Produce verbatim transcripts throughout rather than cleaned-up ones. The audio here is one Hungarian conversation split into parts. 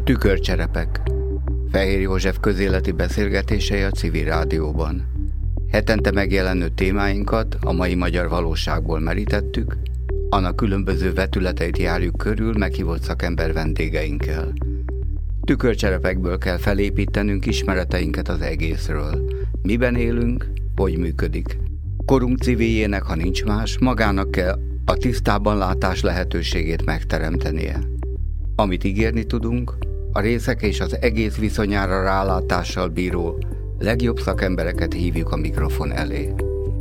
Tükörcserepek. Fehér József közéleti beszélgetései a Civil Rádióban. Hetente megjelenő témáinkat a mai magyar valóságból merítettük, annak különböző vetületeit járjuk körül meghívott szakember vendégeinkkel. Tükörcserepekből kell felépítenünk ismereteinket az egészről. Miben élünk, hogy működik. Korunk civiljének, ha nincs más, magának kell a tisztában látás lehetőségét megteremtenie. Amit ígérni tudunk, a részek és az egész viszonyára rálátással bíró legjobb szakembereket hívjuk a mikrofon elé.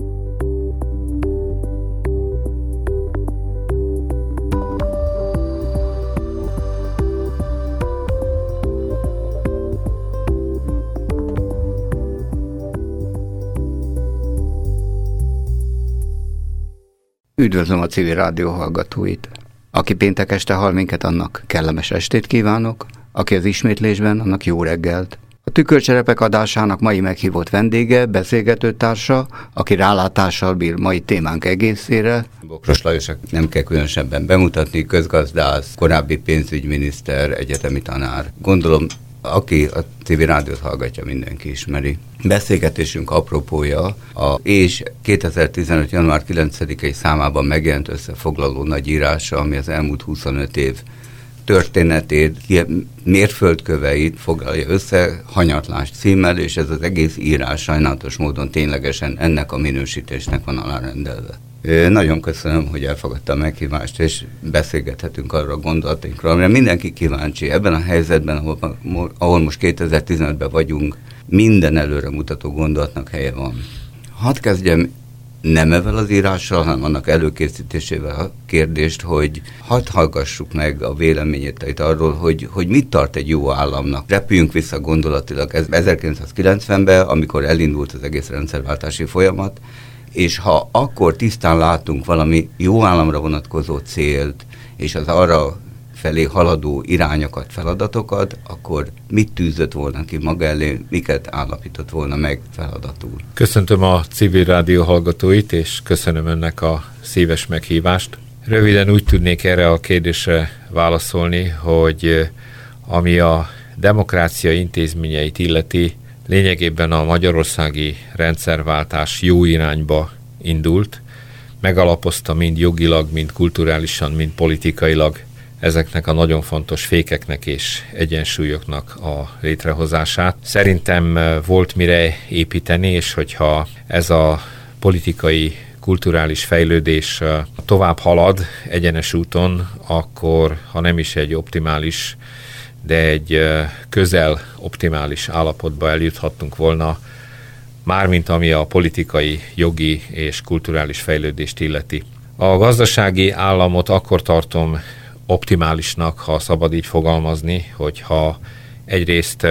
Üdvözlöm a Civil Rádió hallgatóit! Aki péntek este hall minket, annak kellemes estét kívánok, aki az ismétlésben, annak jó reggelt. A Tükörcserepek adásának mai meghívott vendége, beszélgetőtársa, aki rálátással bír mai témánk egészére. Bokros Lajos, nem kell különösebben bemutatni, közgazdász, korábbi pénzügyminiszter, egyetemi tanár. Gondolom, aki a Civil Rádiót hallgatja, mindenki ismeri. Beszélgetésünk apropója a és kétezer-tizenöt. január kilencedikei számában megjelent összefoglaló nagy írása, ami az elmúlt huszonöt év történetét, mérföldköveit foglalja össze, Hanyatlás címmel, és ez az egész írás sajnálatos módon ténylegesen ennek a minősítésnek van alárendelve. Nagyon köszönöm, hogy elfogadta a meghívást, és beszélgethetünk arra a gondolatinkról, amire mindenki kíváncsi. Ebben a helyzetben, ahol, ahol most kétezer-tizenötben vagyunk, minden előre mutató gondolatnak helye van. Hadd kezdjem nem ezzel az írással, hanem annak előkészítésével a kérdést, hogy hadd hallgassuk meg a véleményét arról, hogy, hogy mit tart egy jó államnak. Repüljünk vissza gondolatilag ezerkilencszázkilencvenben, amikor elindult az egész rendszerváltási folyamat, és ha akkor tisztán látunk valami jó államra vonatkozó célt, és az arra felé haladó irányokat, feladatokat, akkor mit tűzött volna ki maga elé, miket állapított volna meg feladatul? Köszöntöm a Civil Rádió hallgatóit, és köszönöm önnek a szíves meghívást. Röviden úgy tudnék erre a kérdésre válaszolni, hogy ami a demokrácia intézményeit illeti, lényegében a magyarországi rendszerváltás jó irányba indult, megalapozta mind jogilag, mind kulturálisan, mind politikailag ezeknek a nagyon fontos fékeknek és egyensúlyoknak a létrehozását. Szerintem volt mire építeni, és hogyha ez a politikai, kulturális fejlődés tovább halad egyenes úton, akkor ha nem is egy optimális, de egy közel optimális állapotba eljuthattunk volna, mármint ami a politikai, jogi és kulturális fejlődést illeti. A gazdasági államot akkor tartom optimálisnak, ha szabad így fogalmazni, hogyha egyrészt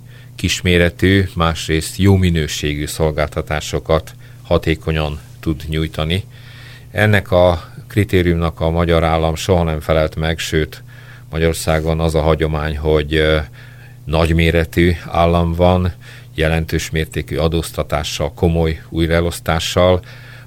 kisméretű, másrészt jó minőségű szolgáltatásokat hatékonyan tud nyújtani. Ennek a kritériumnak a magyar állam soha nem felelt meg, sőt Magyarországon az a hagyomány, hogy nagyméretű állam van, jelentős mértékű adóztatással, komoly újraelosztással,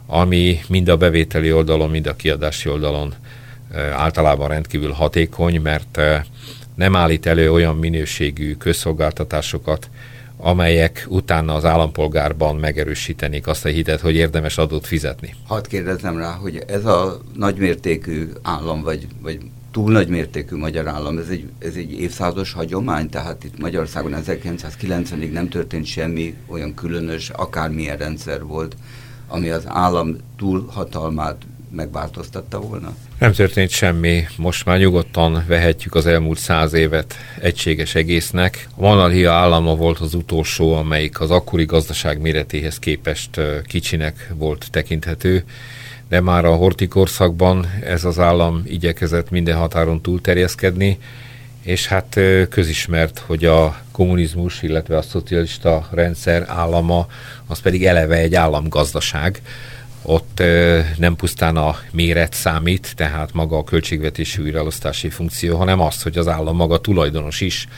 ami mind a bevételi oldalon, mind a kiadási oldalon általában rendkívül hatékony, mert nem állít elő olyan minőségű közszolgáltatásokat, amelyek utána az állampolgárban megerősítenék azt a hitet, hogy érdemes adót fizetni. Hadd kérdezzem rá, hogy ez a nagymértékű állam, vagy, vagy túl nagymértékű magyar állam, ez egy, ez egy évszázados hagyomány, tehát itt Magyarországon ezerkilencszázkilencvenig nem történt semmi olyan különös, akármilyen rendszer volt, ami az állam túlhatalmát megváltoztatta volna? Nem történt semmi. Most már nyugodtan vehetjük az elmúlt száz évet egységes egésznek. A monarchia állama volt az utolsó, amelyik az akkori gazdaság méretéhez képest kicsinek volt tekinthető, de már a horthy korszakban ez az állam igyekezett minden határon túlterjeszkedni, és hát közismert, hogy a kommunizmus, illetve a szocialista rendszer állama, az pedig eleve egy államgazdaság. Ott nem pusztán a méret számít, tehát maga a költségvetési újraelosztási funkció, hanem az, hogy az állam maga tulajdonos is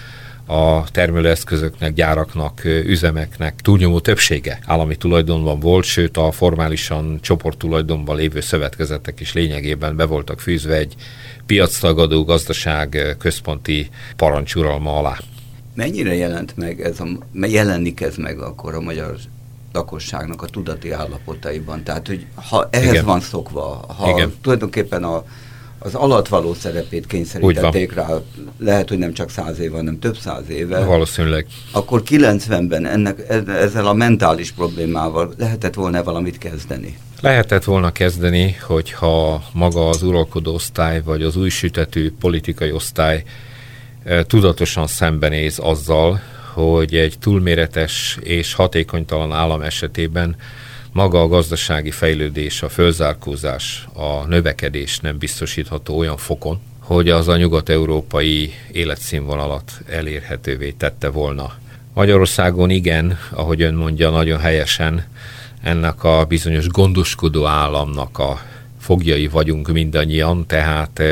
a termelőeszközöknek, gyáraknak, üzemeknek túlnyomó többsége állami tulajdonban volt, sőt a formálisan csoporttulajdonban lévő szövetkezetek is lényegében be voltak fűzve egy piactagadó gazdaság központi parancsuralma alá. Mennyire jelent meg ez a, jelenik ez meg akkor a magyar lakosságnak a tudati állapotaiban? Tehát, hogy ha ehhez Igen. van szokva, ha Igen. tulajdonképpen a, az alatvaló szerepét kényszerítették rá, lehet, hogy nem csak száz éve, hanem több száz éve. Valószínűleg. Akkor kilencvenben ennek, ezzel a mentális problémával lehetett volna valamit kezdeni? Lehetett volna kezdeni, hogyha maga az uralkodó osztály, vagy az új sütetű politikai osztály tudatosan szembenéz azzal, hogy egy túlméretes és hatékonytalan állam esetében maga a gazdasági fejlődés, a fölzárkózás, a növekedés nem biztosítható olyan fokon, hogy az a nyugat-európai életszínvonalat elérhetővé tette volna. Magyarországon igen, ahogy ön mondja, nagyon helyesen, ennek a bizonyos gondoskodó államnak a fogjai vagyunk mindannyian, tehát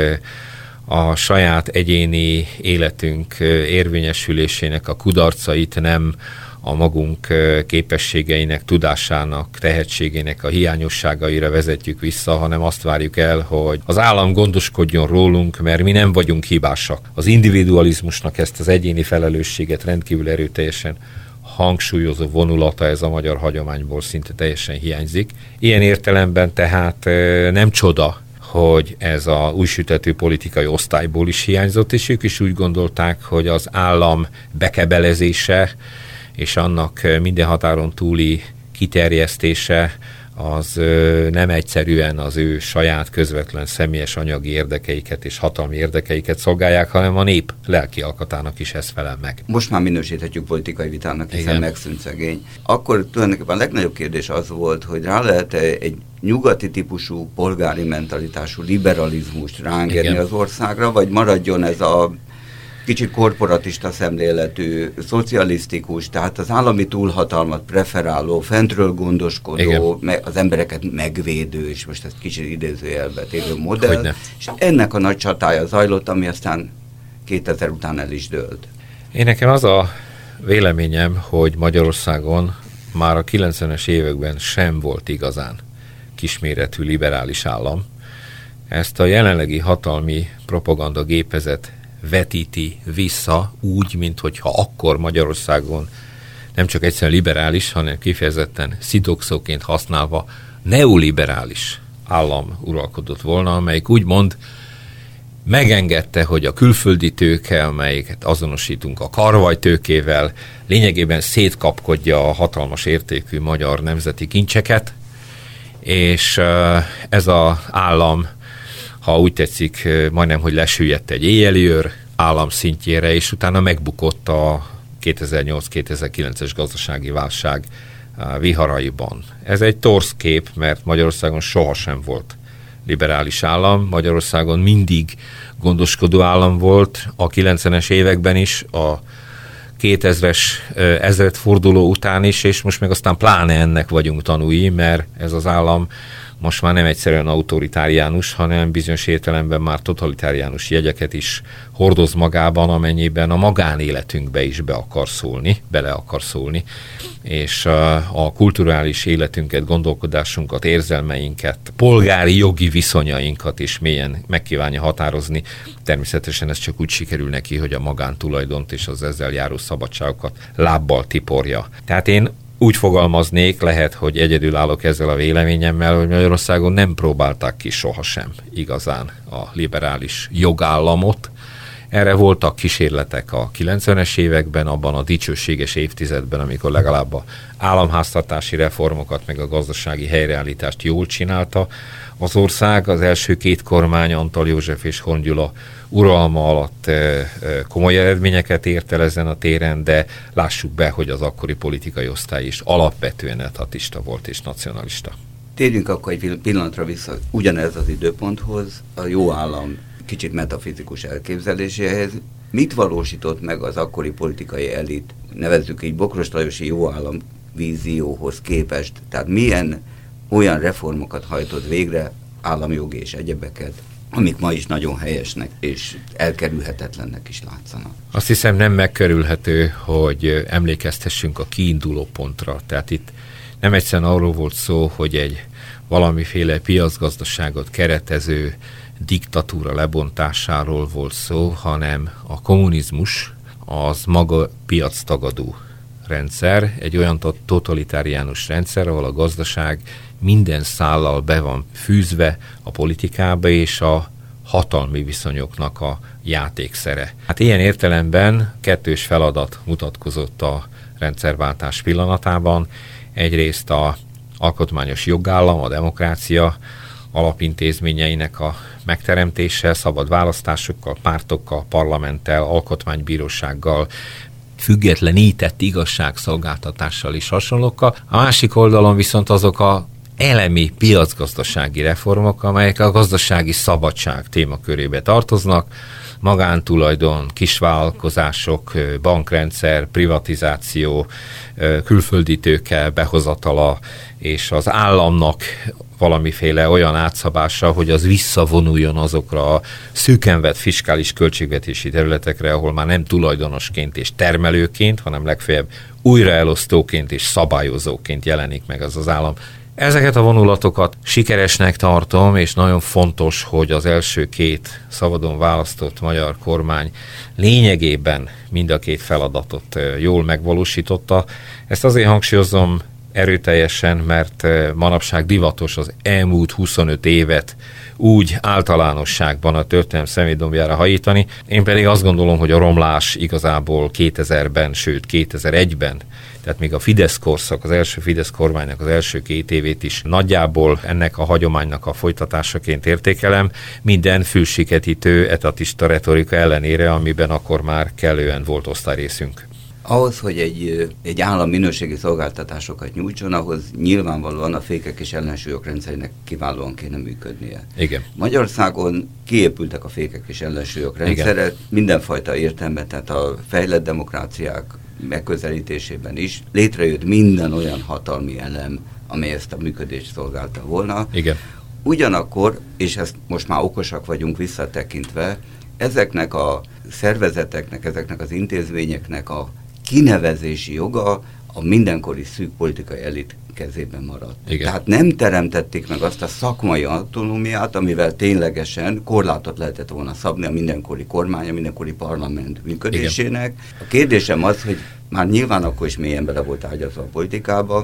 a saját egyéni életünk érvényesülésének a kudarcait nem a magunk képességeinek, tudásának, tehetségének a hiányosságaira vezetjük vissza, hanem azt várjuk el, hogy az állam gondoskodjon rólunk, mert mi nem vagyunk hibásak. Az individualizmusnak ezt az egyéni felelősséget rendkívül erőteljesen hangsúlyozó vonulata ez a magyar hagyományból szinte teljesen hiányzik. Ilyen értelemben tehát nem csoda, hogy ez a újsütető politikai osztályból is hiányzott, és ők is úgy gondolták, hogy az állam bekebelezése és annak minden határon túli kiterjesztése az nem egyszerűen az ő saját közvetlen személyes anyagi érdekeiket és hatalmi érdekeiket szolgálják, hanem a nép lelki alkatának is ez felel meg. Most már minősíthetjük politikai vitának, hiszen Igen. megszűnt szegény. Akkor tulajdonképpen a legnagyobb kérdés az volt, hogy rá lehet egy nyugati típusú polgári mentalitású liberalizmust rángedni Igen. az országra, vagy maradjon ez a kicsit korporatista szemléletű, szocialisztikus, tehát az állami túlhatalmat preferáló, fentről gondoskodó, me, az embereket megvédő, és most ezt kicsit idézőjelbe tévő modell, Hogyne. és ennek a nagy csatája zajlott, ami aztán kétezer után el is dőlt. Én nekem az a véleményem, hogy Magyarországon már a kilencvenes években sem volt igazán kisméretű liberális állam. Ezt a jelenlegi hatalmi propaganda gépezet vetíti vissza úgy, minthogyha akkor Magyarországon nem csak egyszerűen liberális, hanem kifejezetten szidokszóként használva neoliberális állam uralkodott volna, amelyik úgymond megengedte, hogy a külföldi tőke, amelyiket azonosítunk a karvajtőkével, lényegében szétkapkodja a hatalmas értékű magyar nemzeti kincseket, és ez az állam, ha úgy tetszik, majdnem, hogy lesüllyedt egy éjjeli őr állam szintjére, és utána megbukott a kétezer-nyolc kétezer-kilences gazdasági válság viharaiban. Ez egy torz kép, mert Magyarországon sohasem volt liberális állam, Magyarországon mindig gondoskodó állam volt, a kilencvenes években is, a kétezres ezredforduló után is, és most meg aztán pláne ennek vagyunk tanúi, mert ez az állam most már nem egyszerűen autoritáriánus, hanem bizonyos értelemben már totalitáriánus jegyeket is hordoz magában, amennyiben a magánéletünkbe is be akar szólni, bele akar szólni, és a kulturális életünket, gondolkodásunkat, érzelmeinket, polgári jogi viszonyainkat is mélyen megkívánja határozni. Természetesen ez csak úgy sikerül neki, hogy a magántulajdont és az ezzel járó szabadságokat lábbal tiporja. Tehát én úgy fogalmaznék, lehet, hogy egyedül állok ezzel a véleményemmel, hogy Magyarországon nem próbálták ki sohasem igazán a liberális jogállamot. Erre voltak kísérletek a kilencvenes években, abban a dicsőséges évtizedben, amikor legalább a államháztartási reformokat, meg a gazdasági helyreállítást jól csinálta az ország. Az első két kormány, Antall József és Horn Gyula uralma alatt komoly eredményeket ért el ezen a téren, de lássuk be, hogy az akkori politikai osztály is alapvetően etatista volt és nacionalista. Térjünk akkor egy pillanatra vissza ugyanez az időponthoz, a jó állam kicsit metafizikus elképzeléséhez. Mit valósított meg az akkori politikai elit, nevezzük így Bokros Lajosi jó állam vízióhoz képest? Tehát milyen olyan reformokat hajtott végre, államjogi és egyebeket, amik ma is nagyon helyesnek és elkerülhetetlennek is látszanak. Azt hiszem nem megkerülhető, hogy emlékeztessünk a kiinduló pontra. Tehát itt nem egyszerűen arról volt szó, hogy egy valamiféle piacgazdaságot keretező diktatúra lebontásáról volt szó, hanem a kommunizmus az maga piactagadó rendszer, egy olyan totalitáriánus rendszer, ahol a gazdaság minden szállal be van fűzve a politikába és a hatalmi viszonyoknak a játékszere. Hát ilyen értelemben kettős feladat mutatkozott a rendszerváltás pillanatában. Egyrészt a alkotmányos jogállam, a demokrácia alapintézményeinek a megteremtése, szabad választásokkal, pártokkal, parlamenttel, alkotmánybírósággal, függetlenített igazságszolgáltatással is hasonlókkal. A másik oldalon viszont azok a elemi piacgazdasági reformok, amelyek a gazdasági szabadság témakörébe tartoznak, magántulajdon, kisvállalkozások, bankrendszer, privatizáció, külföldi tőke behozatala és az államnak valamiféle olyan átszabása, hogy az visszavonuljon azokra a szűken vett fiskális költségvetési területekre, ahol már nem tulajdonosként és termelőként, hanem legfeljebb újraelosztóként és szabályozóként jelenik meg az az állam. Ezeket a vonulatokat sikeresnek tartom, és nagyon fontos, hogy az első két szabadon választott magyar kormány lényegében mind a két feladatot jól megvalósította. Ezt azért hangsúlyozom erőteljesen, mert manapság divatos az elmúlt huszonöt évet úgy általánosságban a történelem szemétdombjára hajítani. Én pedig azt gondolom, hogy a romlás igazából kétezerben, sőt kétezer-egyben, tehát még a Fidesz korszak, az első Fidesz kormánynak az első két évét is nagyjából ennek a hagyománynak a folytatásaként értékelem, minden fülsiketítő etatista retorika ellenére, amiben akkor már kellően volt osztályrészünk. Ahhoz, hogy egy, egy állam minőségi szolgáltatásokat nyújtson, ahhoz nyilvánvalóan a fékek és ellensúlyok rendszerének kiválóan kéne működnie. Igen. Magyarországon kiépültek a fékek és ellensúlyok rendszere, igen, mindenfajta értelemben, tehát a fejlett demokráciák megközelítésében is létrejött minden olyan hatalmi elem, amely ezt a működést szolgálta volna. Igen. Ugyanakkor, és ezt most már okosak vagyunk visszatekintve, ezeknek a szervezeteknek, ezeknek az intézményeknek a kinevezési joga a mindenkori szűk politikai elit kezében maradt. Igen. Tehát nem teremtették meg azt a szakmai autonómiát, amivel ténylegesen korlátot lehetett volna szabni a mindenkori kormány, a mindenkori parlament működésének. Igen. A kérdésem az, hogy már nyilván akkor is mélyen bele volt ágyazva a politikába,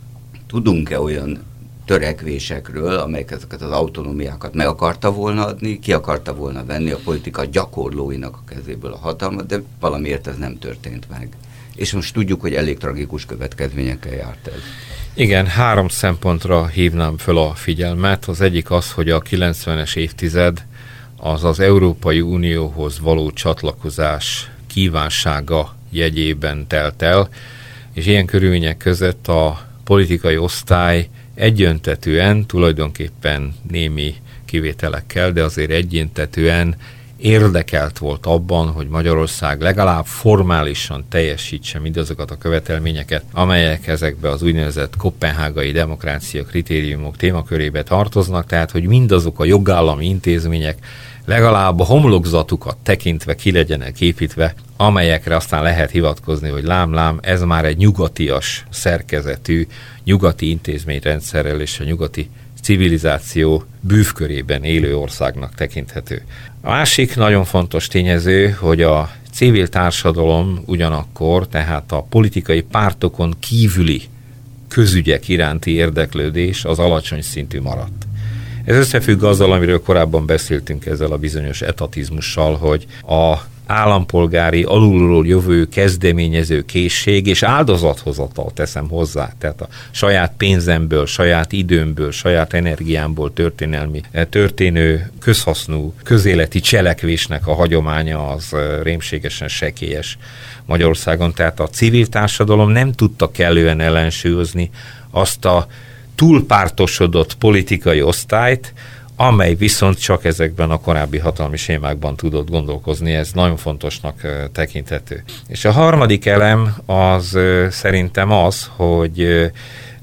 tudunk-e olyan törekvésekről, amelyek ezeket az autonómiákat meg akarta volna adni, ki akarta volna venni a politika gyakorlóinak a kezéből a hatalmat, de valamiért ez nem történt meg. És most tudjuk, hogy elég tragikus következményekkel járt ez. Igen, három szempontra hívnám föl a figyelmet. Az egyik az, hogy a kilencvenes évtized az az Európai Unióhoz való csatlakozás kívánsága jegyében telt el, és ilyen körülmények között a politikai osztály egyöntetűen, tulajdonképpen némi kivételekkel, de azért egyöntetűen érdekelt volt abban, hogy Magyarország legalább formálisan teljesítse mindazokat a követelményeket, amelyek ezekbe az úgynevezett koppenhágai demokrácia kritériumok témakörébe tartoznak, tehát hogy mindazok a jogállami intézmények legalább a homlokzatukat tekintve ki legyenek építve, amelyekre aztán lehet hivatkozni, hogy lám-lám, ez már egy nyugatias szerkezetű, nyugati intézményrendszerrel és a nyugati civilizáció bűvkörében élő országnak tekinthető. A másik nagyon fontos tényező, hogy a civil társadalom ugyanakkor, tehát a politikai pártokon kívüli közügyek iránti érdeklődés az alacsony szintű maradt. Ez összefügg azzal, amiről korábban beszéltünk ezzel a bizonyos etatizmussal, hogy a állampolgári alulról jövő kezdeményező készség és áldozathozatal teszem hozzá, tehát a saját pénzemből, saját időmből, saját energiámból történelmi, történő közhasznú közéleti cselekvésnek a hagyománya az rémségesen sekélyes Magyarországon, tehát a civil társadalom nem tudta kellően ellensúlyozni azt a túlpártosodott politikai osztályt, amely viszont csak ezekben a korábbi hatalmi sémákban tudott gondolkozni, ez nagyon fontosnak tekinthető. És a harmadik elem az szerintem az, hogy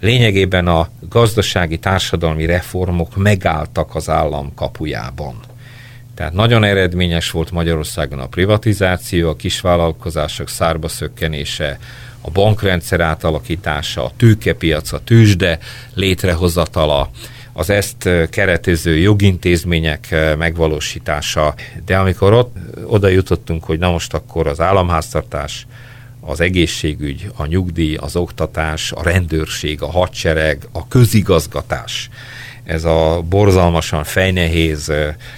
lényegében a gazdasági társadalmi reformok megálltak az állam kapujában. Tehát nagyon eredményes volt Magyarországon a privatizáció, a kisvállalkozások szárba szökkenése, a bankrendszer átalakítása, a tőkepiac, a tőzsde létrehozatala, az ezt keretező jogintézmények megvalósítása. De amikor ott, oda jutottunk, hogy na most akkor az államháztartás, az egészségügy, a nyugdíj, az oktatás, a rendőrség, a hadsereg, a közigazgatás, ez a borzalmasan fejnehéz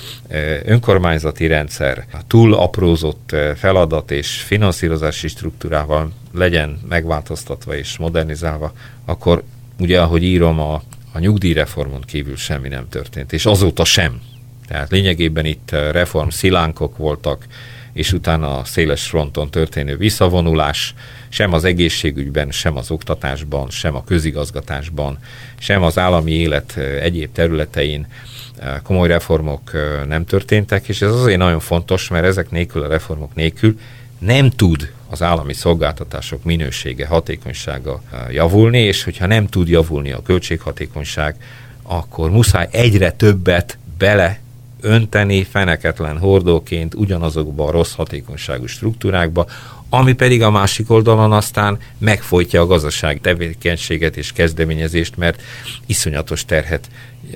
önkormányzati rendszer túl aprózott feladat és finanszírozási struktúrával legyen megváltoztatva és modernizálva, akkor ugye, ahogy írom, a, a nyugdíjreformon kívül semmi nem történt, és azóta sem. Tehát lényegében itt reform szilánkok voltak, és utána a széles fronton történő visszavonulás, sem az egészségügyben, sem az oktatásban, sem a közigazgatásban, sem az állami élet egyéb területein komoly reformok nem történtek, és ez azért nagyon fontos, mert ezek nélkül, a reformok nélkül nem tud az állami szolgáltatások minősége, hatékonysága javulni, és hogyha nem tud javulni a költséghatékonyság, akkor muszáj egyre többet bele önteni feneketlen hordóként ugyanazokba a rossz hatékonyságú struktúrákba, ami pedig a másik oldalon aztán megfojtja a gazdasági tevékenységet és kezdeményezést, mert iszonyatos terhet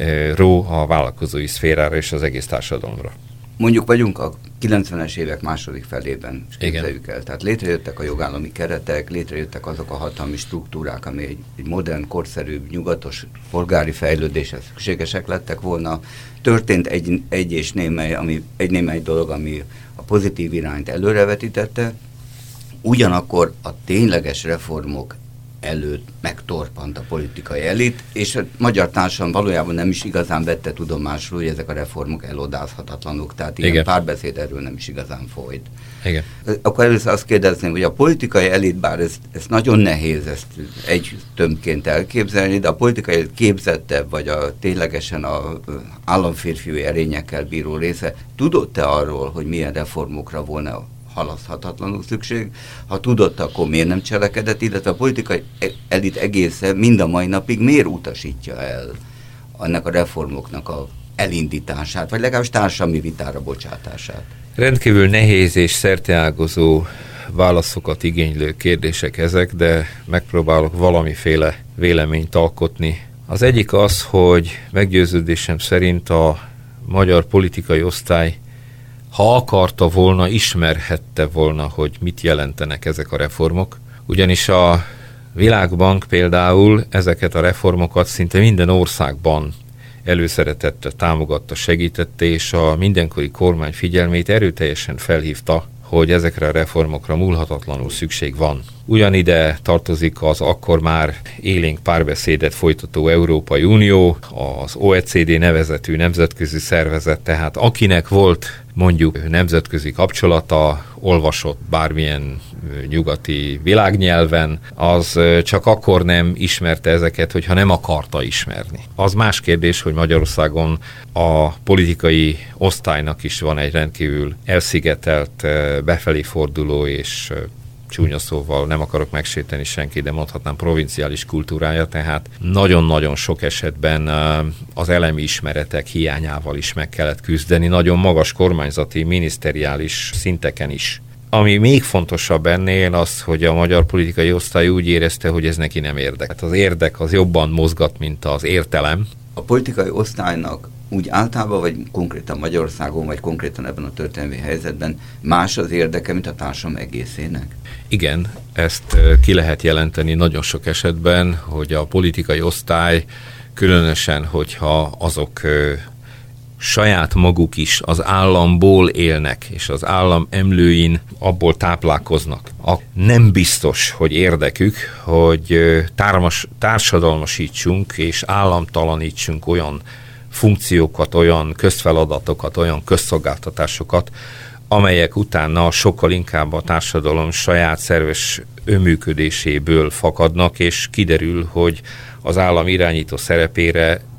ró a vállalkozói szférára és az egész társadalomra. Mondjuk vagyunk a kilencvenes évek második felében, képzeljük el. Tehát létrejöttek a jogállami keretek, létrejöttek azok a hatalmi struktúrák, ami egy, egy modern, korszerűbb, nyugatos polgári fejlődéshez szükségesek lettek volna. Történt egy, egy és némely, ami, egy némely dolog, ami a pozitív irányt előrevetítette, ugyanakkor a tényleges reformok előtt megtorpant a politikai elit, és a magyar társadalom valójában nem is igazán vette tudomásul, hogy ezek a reformok elodázhatatlanok, tehát ilyen Igen. párbeszéd erről nem is igazán folyt. Igen. Akkor először azt kérdezném, hogy a politikai elit, bár ez, ez nagyon nehéz ezt egy tömbként elképzelni, de a politikai elit képzettebb, vagy a ténylegesen a államférfiúi erényekkel bíró része, tudott-e arról, hogy milyen reformokra volna halaszthatatlanul szükség? Ha tudott, akkor miért nem cselekedett, illetve a politikai elit egészen mind a mai napig miért utasítja el annak a reformoknak a elindítását, vagy legalábbis társadalmi vitára bocsátását? Rendkívül nehéz és szerteágazó válaszokat igénylő kérdések ezek, de megpróbálok valamiféle véleményt alkotni. Az egyik az, hogy meggyőződésem szerint a magyar politikai osztály, ha akarta volna, ismerhette volna, hogy mit jelentenek ezek a reformok. Ugyanis a Világbank például ezeket a reformokat szinte minden országban előszeretettel támogatta, segítette, és a mindenkori kormány figyelmét erőteljesen felhívta, hogy ezekre a reformokra múlhatatlanul szükség van. Ugyanide tartozik az akkor már élénk párbeszédet folytató Európai Unió, az o e cé dé nevezetű nemzetközi szervezet, tehát akinek volt mondjuk nemzetközi kapcsolata, olvasott bármilyen nyugati világnyelven, az csak akkor nem ismerte ezeket, hogyha nem akarta ismerni. Az más kérdés, hogy Magyarországon a politikai osztálynak is van egy rendkívül elszigetelt, befelé forduló és csúnya szóval nem akarok megsérteni senki, de mondhatnám provinciális kultúrája, tehát nagyon-nagyon sok esetben az elemi ismeretek hiányával is meg kellett küzdeni, nagyon magas kormányzati, miniszteriális szinteken is. Ami még fontosabb ennél az, hogy a magyar politikai osztály úgy érezte, hogy ez neki nem érdek. Hát az érdek az jobban mozgat, mint az értelem. A politikai osztálynak úgy általában, vagy konkrétan Magyarországon, vagy konkrétan ebben a történelmi helyzetben más az érdeke, mint a társadalom egészének? Igen, ezt ki lehet jelenteni nagyon sok esetben, hogy a politikai osztály, különösen, hogyha azok saját maguk is az államból élnek, és az állam emlőin abból táplálkoznak. A nem biztos, hogy érdekük, hogy tármas, társadalmasítsunk és államtalanítsunk olyan funkciókat, olyan közfeladatokat, olyan közszolgáltatásokat, amelyek utána sokkal inkább a társadalom saját szerves önműködéséből fakadnak, és kiderül, hogy az állam irányító szerepére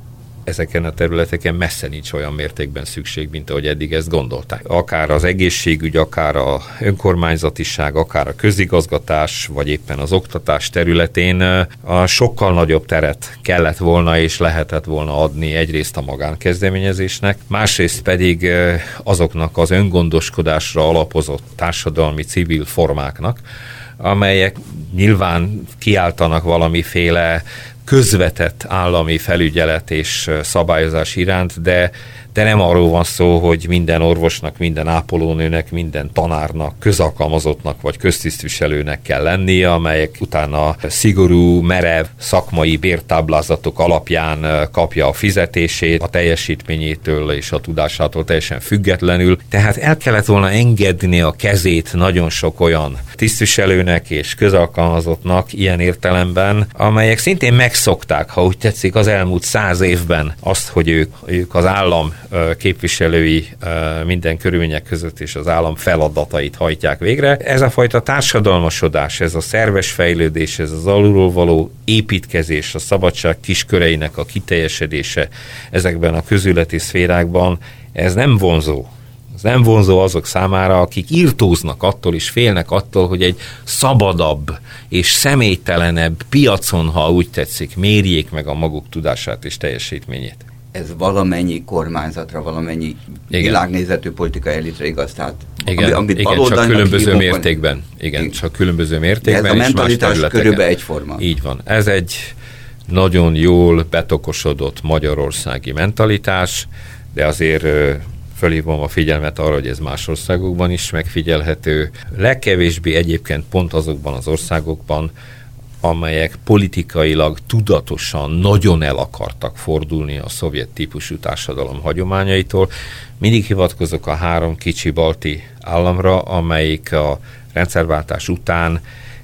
ezeken a területeken messze nincs olyan mértékben szükség, mint ahogy eddig ezt gondolták. Akár az egészségügy, akár a önkormányzatiság, akár a közigazgatás, vagy éppen az oktatás területén a sokkal nagyobb teret kellett volna és lehetett volna adni egyrészt a magánkezdeményezésnek, másrészt pedig azoknak az öngondoskodásra alapozott társadalmi civil formáknak, amelyek nyilván kiáltanak valamiféle közvetett állami felügyelet és szabályozás iránt, de, de nem arról van szó, hogy minden orvosnak, minden ápolónőnek, minden tanárnak, közalkalmazottnak vagy köztisztviselőnek kell lennie, amelyek utána szigorú, merev szakmai bértáblázatok alapján kapja a fizetését, a teljesítményétől és a tudásától teljesen függetlenül. Tehát el kellett volna engedni a kezét nagyon sok olyan tisztviselőnek és közalkalmazottnak ilyen értelemben, amelyek szintén megszokták, ha úgy tetszik, az elmúlt száz évben azt, hogy ők, ők az állam képviselői minden körülmények között és az állam feladatait hajtják végre. Ez a fajta társadalmasodás, ez a szerves fejlődés, ez az alulról való építkezés, a szabadság kisköreinek a kiteljesedése ezekben a közületi szférákban, ez nem vonzó. Ez nem vonzó azok számára, akik irtóznak attól és félnek attól, hogy egy szabadabb és személytelenebb piacon, ha úgy tetszik, mérjék meg a maguk tudását és teljesítményét. Ez valamennyi kormányzatra, valamennyi igen. világnézetű politikai elitre igaz. Tehát, igen, amit igen csak különböző hívok, mértékben. Igen, igen, csak különböző mértékben. De ez a mentalitás körülbelül egyforma. Így van. Ez egy nagyon jól betokosodott magyarországi mentalitás, de azért fölhívom a figyelmet arra, hogy ez más országokban is megfigyelhető. Legkevésbé egyébként pont azokban az országokban, amelyek politikailag tudatosan nagyon el akartak fordulni a szovjet típusú társadalom hagyományaitól. Mindig hivatkozok a három kicsi balti államra, amelyik a rendszerváltás után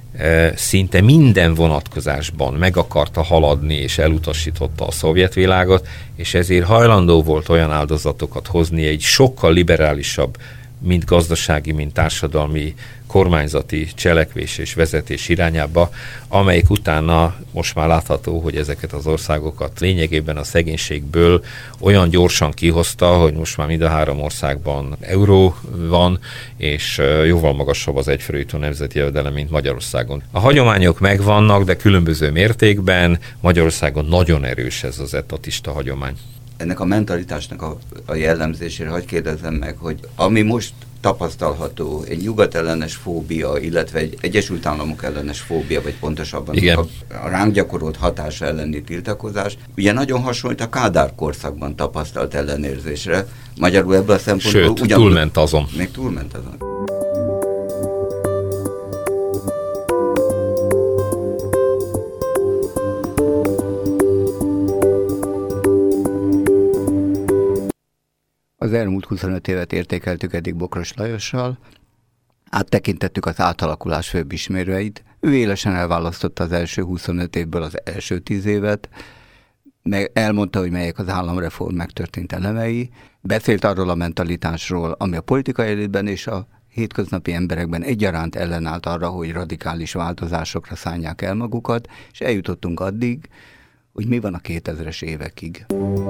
e, szinte minden vonatkozásban meg akarta haladni és elutasította a szovjet világot, és ezért hajlandó volt olyan áldozatokat hozni egy sokkal liberálisabb, mind gazdasági, mind társadalmi, kormányzati cselekvés és vezetés irányába, amelyik utána most már látható, hogy ezeket az országokat lényegében a szegénységből olyan gyorsan kihozta, hogy most már mind a három országban euró van, és jóval magasabb az egyfőre jutó nemzeti jövedelem, mint Magyarországon. A hagyományok megvannak, de különböző mértékben. Magyarországon nagyon erős ez az etatista hagyomány. Ennek a mentalitásnak a, a jellemzésére hadd kérdezzem meg, hogy ami most tapasztalható, egy nyugatellenes fóbia, illetve egy Egyesült Államok ellenes fóbia, vagy pontosabban a, a ránk gyakorolt hatása elleni tiltakozás, ugye nagyon hasonlít a Kádár korszakban tapasztalt ellenérzésre. Magyarul ebből a szempontból... Sőt, ugyan, túlment azon. Még túlment azon. Az elmúlt huszonöt évet értékeltük eddig Bokros Lajossal, áttekintettük az átalakulás főbb ismérveit, ő élesen elválasztotta az első huszonöt évből az első tíz évet, meg elmondta, hogy melyek az államreform megtörtént elemei, beszélt arról a mentalitásról, ami a politikai elitben és a hétköznapi emberekben egyaránt ellenállt arra, hogy radikális változásokra szánják el magukat, és eljutottunk addig, hogy mi van a kétezres évekig.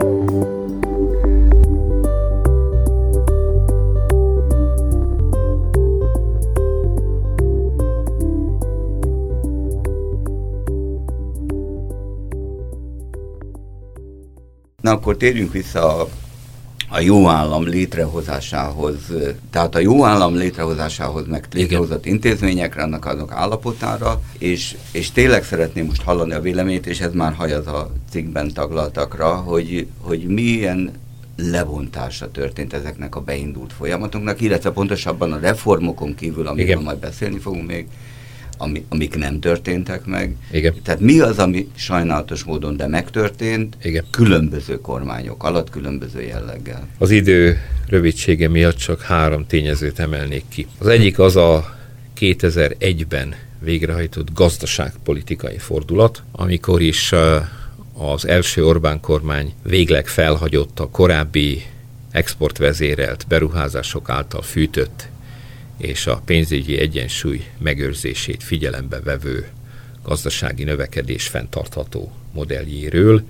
Na akkor térjünk vissza a, a jó állam létrehozásához, tehát a jó állam létrehozásához meg létrehozott intézményekre, annak azok állapotára, és, és tényleg szeretném most hallani a véleményt, és ez már hajaz a cikkben taglaltakra, hogy, hogy milyen lebontása történt ezeknek a beindult folyamatoknak, illetve pontosabban a reformokon kívül, amiről majd beszélni fogunk még, Ami, amik nem történtek meg. Igen. Tehát mi az, ami sajnálatos módon, de megtörtént, igen, különböző kormányok alatt, különböző jelleggel. Az idő rövidsége miatt csak három tényezőt emelnék ki. Az egyik az a kétezer-egyben végrehajtott gazdaságpolitikai fordulat, amikor is az első Orbán kormány végleg felhagyott a korábbi exportvezérelt beruházások által fűtött és a pénzügyi egyensúly megőrzését figyelembe vevő gazdasági növekedés fenntartható modelljéről,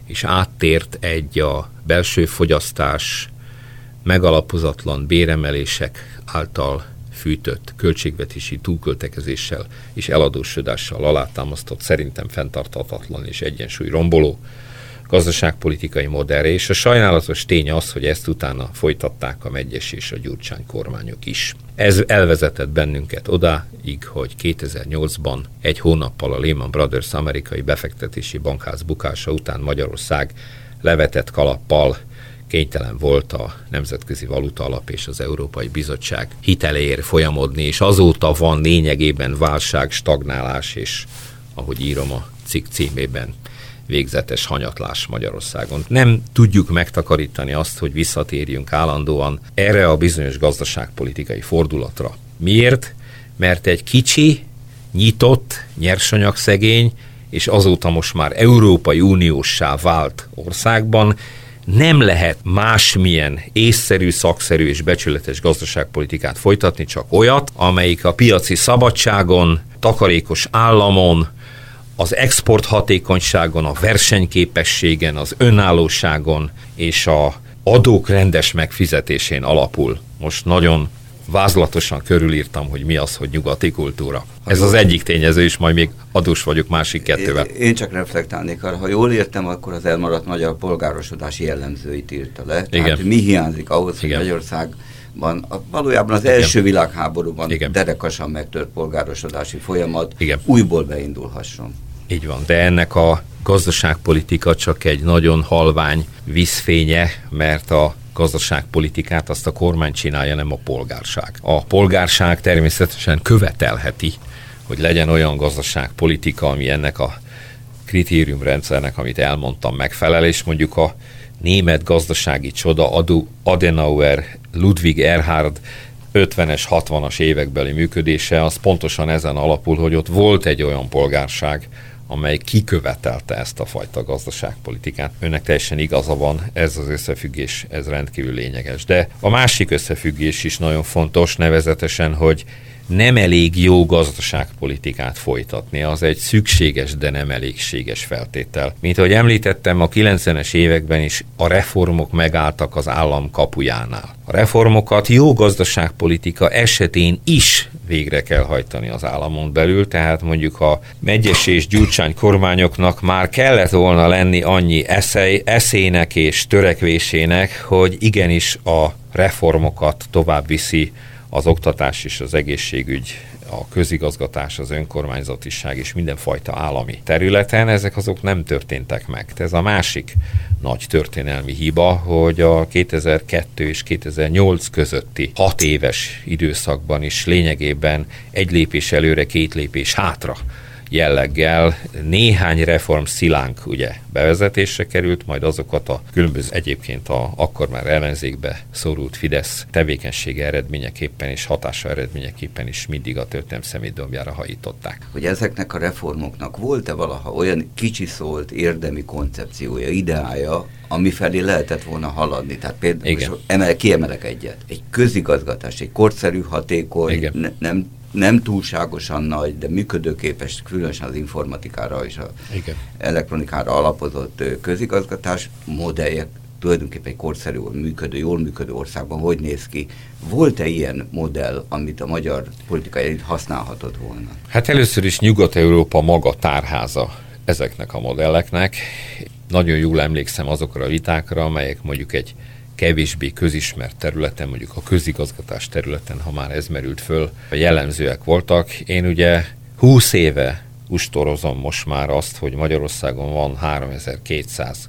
és áttért egy a belső fogyasztás megalapozatlan béremelések által fűtött költségvetési túlköltekezéssel és eladósodással alátámasztott, szerintem fenntarthatatlan és egyensúly romboló gazdaságpolitikai modellre, és a sajnálatos tény az, hogy ezt utána folytatták a Medgyes és a Gyurcsány kormányok is. Ez elvezetett bennünket odáig, hogy kétezer-nyolcban egy hónappal a Lehman Brothers amerikai befektetési bankház bukása után Magyarország levetett kalappal kénytelen volt a Nemzetközi Valuta Alap és az Európai Bizottság hiteléért folyamodni, és azóta van lényegében válság, stagnálás, és ahogy írom a cikk címében, végzetes hanyatlás Magyarországon. Nem tudjuk megtakarítani azt, hogy visszatérjünk állandóan erre a bizonyos gazdaságpolitikai fordulatra. Miért? Mert egy kicsi, nyitott, nyersanyagszegény, és azóta most már Európai Unióssá vált országban nem lehet másmilyen észszerű, szakszerű és becsületes gazdaságpolitikát folytatni, csak olyat, amelyik a piaci szabadságon, takarékos államon, az export hatékonyságon, a versenyképességen, az önállóságon és a adók rendes megfizetésén alapul. Most nagyon vázlatosan körülírtam, hogy mi az, hogy nyugati kultúra. Ez az egyik tényező, és majd még adós vagyok másik kettővel. Én csak reflektálnék arra, ha jól értem, akkor az elmaradt magyar polgárosodási jellemzőit írta le. Igen. Tehát mi hiányzik ahhoz, hogy Igen. Magyarországban valójában az első Igen. világháborúban Igen. derekasan megtört polgárosodási folyamat Igen. újból beindulhasson. Így van, de ennek a gazdaságpolitika csak egy nagyon halvány vízfénye, mert a gazdaságpolitikát azt a kormány csinálja, nem a polgárság. A polgárság természetesen követelheti, hogy legyen olyan gazdaságpolitika, ami ennek a kritériumrendszernek, amit elmondtam, megfelel, és mondjuk a német gazdasági csoda Adenauer, Ludwig Erhard ötvenes, hatvanas évekbeli működése, az pontosan ezen alapul, hogy ott volt egy olyan polgárság, amely kikövetelte ezt a fajta gazdaságpolitikát. Önnek teljesen igaza van, ez az összefüggés, ez rendkívül lényeges. De a másik összefüggés is nagyon fontos, nevezetesen, hogy nem elég jó gazdaságpolitikát folytatni, az egy szükséges, de nem elégséges feltétel. Mint ahogy említettem, a kilencvenes években is a reformok megálltak az állam kapujánál. A reformokat jó gazdaságpolitika esetén is végre kell hajtani az államon belül, tehát mondjuk a Medgyes és Gyurcsány kormányoknak már kellett volna lenni annyi eszely, eszének és törekvésének, hogy igenis a reformokat tovább viszi az oktatás és az egészségügy, a közigazgatás, az önkormányzatiság és mindenfajta állami területen, ezek azok nem történtek meg. Ez a másik nagy történelmi hiba, hogy a kétezer-kettő és kétezer-nyolc közötti hat éves időszakban is lényegében egy lépés előre, két lépés hátra jelleggel néhány reform szilánk ugye bevezetésre került, majd azokat a különböző egyébként a, akkor már ellenzékbe szorult Fidesz tevékenysége eredményeképpen és hatása eredményeképpen is mindig a történelem szemétdombjára hajították. Hogy ezeknek a reformoknak volt-e valaha olyan kicsi szólt érdemi koncepciója, ideája, ami felé lehetett volna haladni? Tehát például emel, kiemelek egyet. Egy közigazgatás, egy korszerű, hatékony, ne, nem nem túlságosan nagy, de működőképes, különösen az informatikára és az elektronikára alapozott közigazgatás modellje tulajdonképpen egy korszerű, működő, jól működő országban hogy néz ki? Volt-e ilyen modell, amit a magyar politikai elit használhatott volna? Hát először is Nyugat-Európa maga tárháza ezeknek a modelleknek. Nagyon jól emlékszem azokra a vitákra, amelyek mondjuk egy kevésbé közismert területen, mondjuk a közigazgatás területen, ha már ez merült föl, jellemzőek voltak. Én ugye húsz éve ustorozom most már azt, hogy Magyarországon van háromezer-kétszáz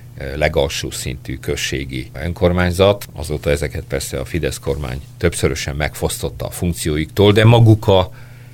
legalsó szintű községi önkormányzat. Azóta ezeket persze a Fidesz kormány többszörösen megfosztotta a funkcióiktól, de maguk a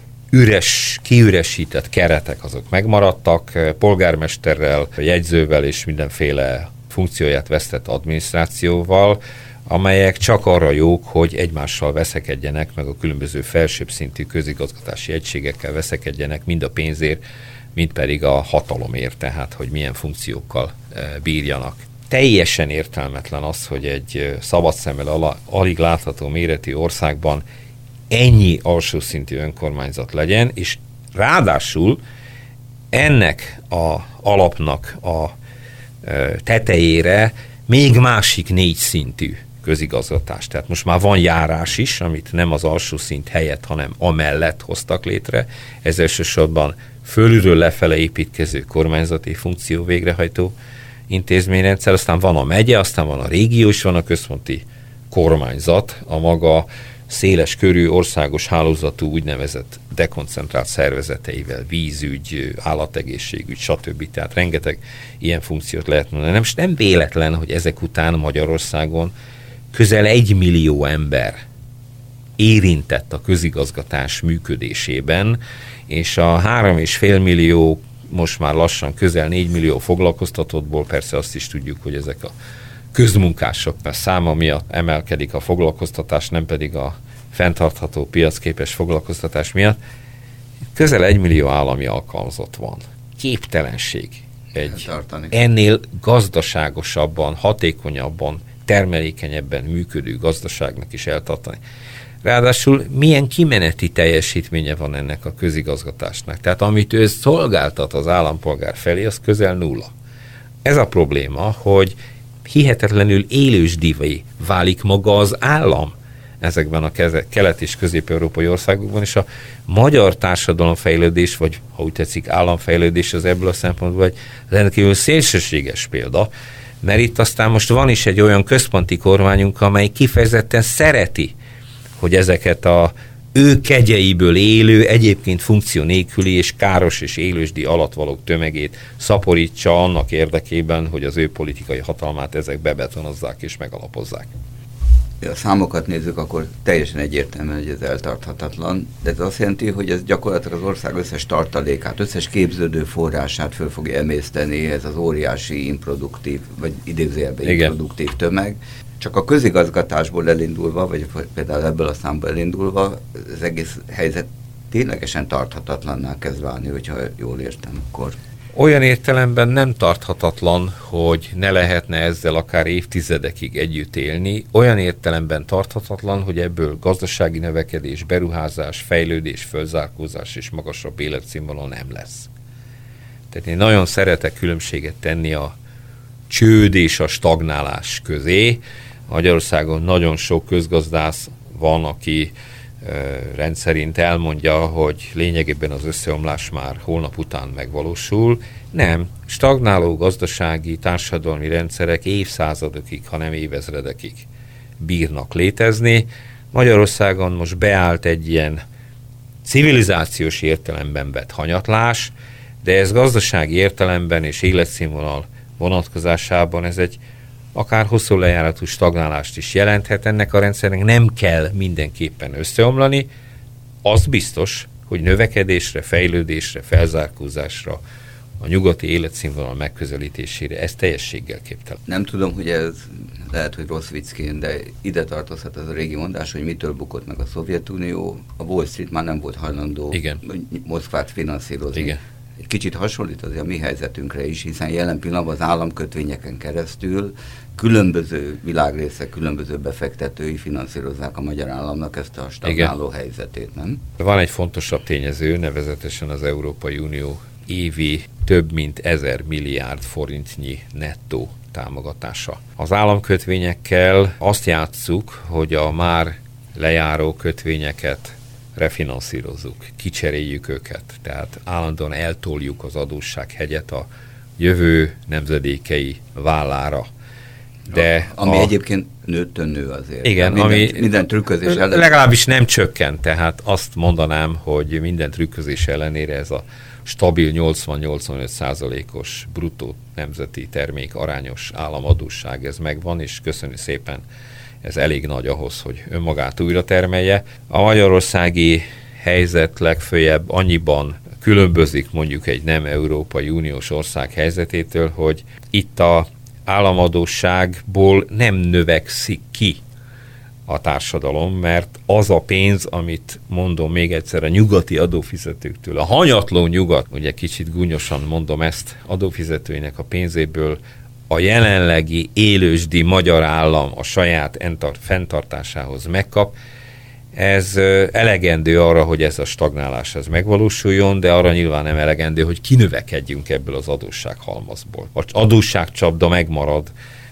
üres, kiüresített keretek azok megmaradtak, polgármesterrel, jegyzővel és mindenféle funkcióját vesztett adminisztrációval, amelyek csak arra jók, hogy egymással veszekedjenek, meg a különböző felsőbb szintű közigazgatási egységekkel veszekedjenek, mind a pénzért, mind pedig a hatalomért, tehát hogy milyen funkciókkal bírjanak. Teljesen értelmetlen az, hogy egy szabad szemmel alig látható méretű országban ennyi alsó szintű önkormányzat legyen, és ráadásul ennek a alapnak a tetejére még másik négy szintű közigazgatás. Tehát most már van járás is, amit nem az alsó szint helyett, hanem amellett hoztak létre. Ez elsősorban fölülről lefele építkező kormányzati funkció végrehajtó intézményrendszer, aztán van a megye, aztán van a régió, és van a központi kormányzat, a maga széles körű országos hálózatú úgynevezett dekoncentrált szervezeteivel, vízügy, állategészségügy, stb. Tehát rengeteg ilyen funkciót lehet mondani. Nem, nem véletlen, hogy ezek után Magyarországon közel egy millió ember érintett a közigazgatás működésében, és a három és fél millió, most már lassan közel négy millió foglalkoztatottból, persze azt is tudjuk, hogy ezek a közmunkások száma miatt emelkedik a foglalkoztatás, nem pedig a fenntartható piacképes foglalkoztatás miatt. Közel egy millió állami alkalmazott van. Képtelenség egy ennél gazdaságosabban, hatékonyabban, termelékenyebben működő gazdaságnak is eltartani. Ráadásul milyen kimeneti teljesítménye van ennek a közigazgatásnak. Tehát amit ő szolgáltat az állampolgár felé, az közel nulla. Ez a probléma, hogy hihetetlenül élősdivé válik maga az állam ezekben a kelet- és közép-európai országokban, és a magyar társadalomfejlődés, vagy ha úgy tetszik államfejlődés az ebből a szempontból egy rendkívül szélsőséges példa, mert itt aztán most van is egy olyan központi kormányunk, amely kifejezetten szereti, hogy ezeket a ő kegyeiből élő, egyébként funkció nélküli és káros és élősdi alatvalók tömegét szaporítsa annak érdekében, hogy az ő politikai hatalmát ezek bebetonozzák és megalapozzák. A számokat nézzük, akkor teljesen egyértelműen, hogy ez eltarthatatlan, de ez azt jelenti, hogy ez gyakorlatilag az ország összes tartalékát, összes képződő forrását föl fogja emészteni, ez az óriási improduktív, vagy idézőjelben improduktív tömeg. Csak a közigazgatásból elindulva, vagy például ebből a számból elindulva, az egész helyzet ténylegesen tarthatatlanná kezd válni, hogyha jól értem, akkor... Olyan értelemben nem tarthatatlan, hogy ne lehetne ezzel akár évtizedekig együtt élni, olyan értelemben tarthatatlan, hogy ebből gazdasági növekedés, beruházás, fejlődés, fölzárkózás és magasabb életszínvonal nem lesz. Tehát én nagyon szeretek különbséget tenni a csőd és a stagnálás közé. Magyarországon nagyon sok közgazdász van, aki rendszerint elmondja, hogy lényegében az összeomlás már holnap után megvalósul. Nem, stagnáló gazdasági, társadalmi rendszerek évszázadokig, hanem évezredekig bírnak létezni. Magyarországon most beállt egy ilyen civilizációs értelemben vett hanyatlás, de ez gazdasági értelemben és életszínvonal vonatkozásában ez egy akár hosszú lejáratú stagnálást is jelenthet. Ennek a rendszernek nem kell mindenképpen összeomlani. Az biztos, hogy növekedésre, fejlődésre, felzárkózásra, a nyugati életszínvonal megközelítésére ez teljességgel képtelen. Nem tudom, hogy ez lehet, hogy rossz viccként, de ide tartozhat az a régi mondás, hogy mitől bukott meg a Szovjetunió. A Wall Street már nem volt hajlandó Moszkvát finanszírozni. Igen. Egy kicsit hasonlít azért a mi helyzetünkre is, hiszen jelen pillanatban az államkötvényeken keresztül különböző világrészek, különböző befektetői finanszírozzák a magyar államnak ezt a stagnáló helyzetét, nem? Van egy fontosabb tényező, nevezetesen az Európai Unió évi több mint ezer milliárd forintnyi nettó támogatása. Az államkötvényekkel azt játsszuk, hogy a már lejáró kötvényeket refinanszírozzuk, kicseréljük őket, tehát állandóan eltoljuk az adóssághegyet a jövő nemzedékei vállára. De ami a, egyébként nőttön nő azért. Igen, minden, ami minden trükközés ellen. Legalábbis nem csökkent, tehát azt mondanám, hogy minden trükközés ellenére ez a stabil nyolcvan-nyolcvanöt százalékos bruttó nemzeti termék arányos államadósság, ez megvan, és köszönjük szépen, ez elég nagy ahhoz, hogy önmagát újra termelje. A magyarországi helyzet legfőjebb annyiban különbözik mondjuk egy nem Európai Uniós ország helyzetétől, hogy itt a államadósságból nem növekszik ki a társadalom, mert az a pénz, amit mondom még egyszer a nyugati adófizetőktől, a hanyatló nyugat, ugye kicsit gúnyosan mondom ezt, adófizetőinek a pénzéből a jelenlegi élősdi magyar állam a saját entart, fenntartásához megkap, ez elegendő arra, hogy ez a stagnálás ez megvalósuljon, de arra nyilván nem elegendő, hogy kinövekedjünk ebből az adóssághalmazból. Az adósságcsapda megmarad,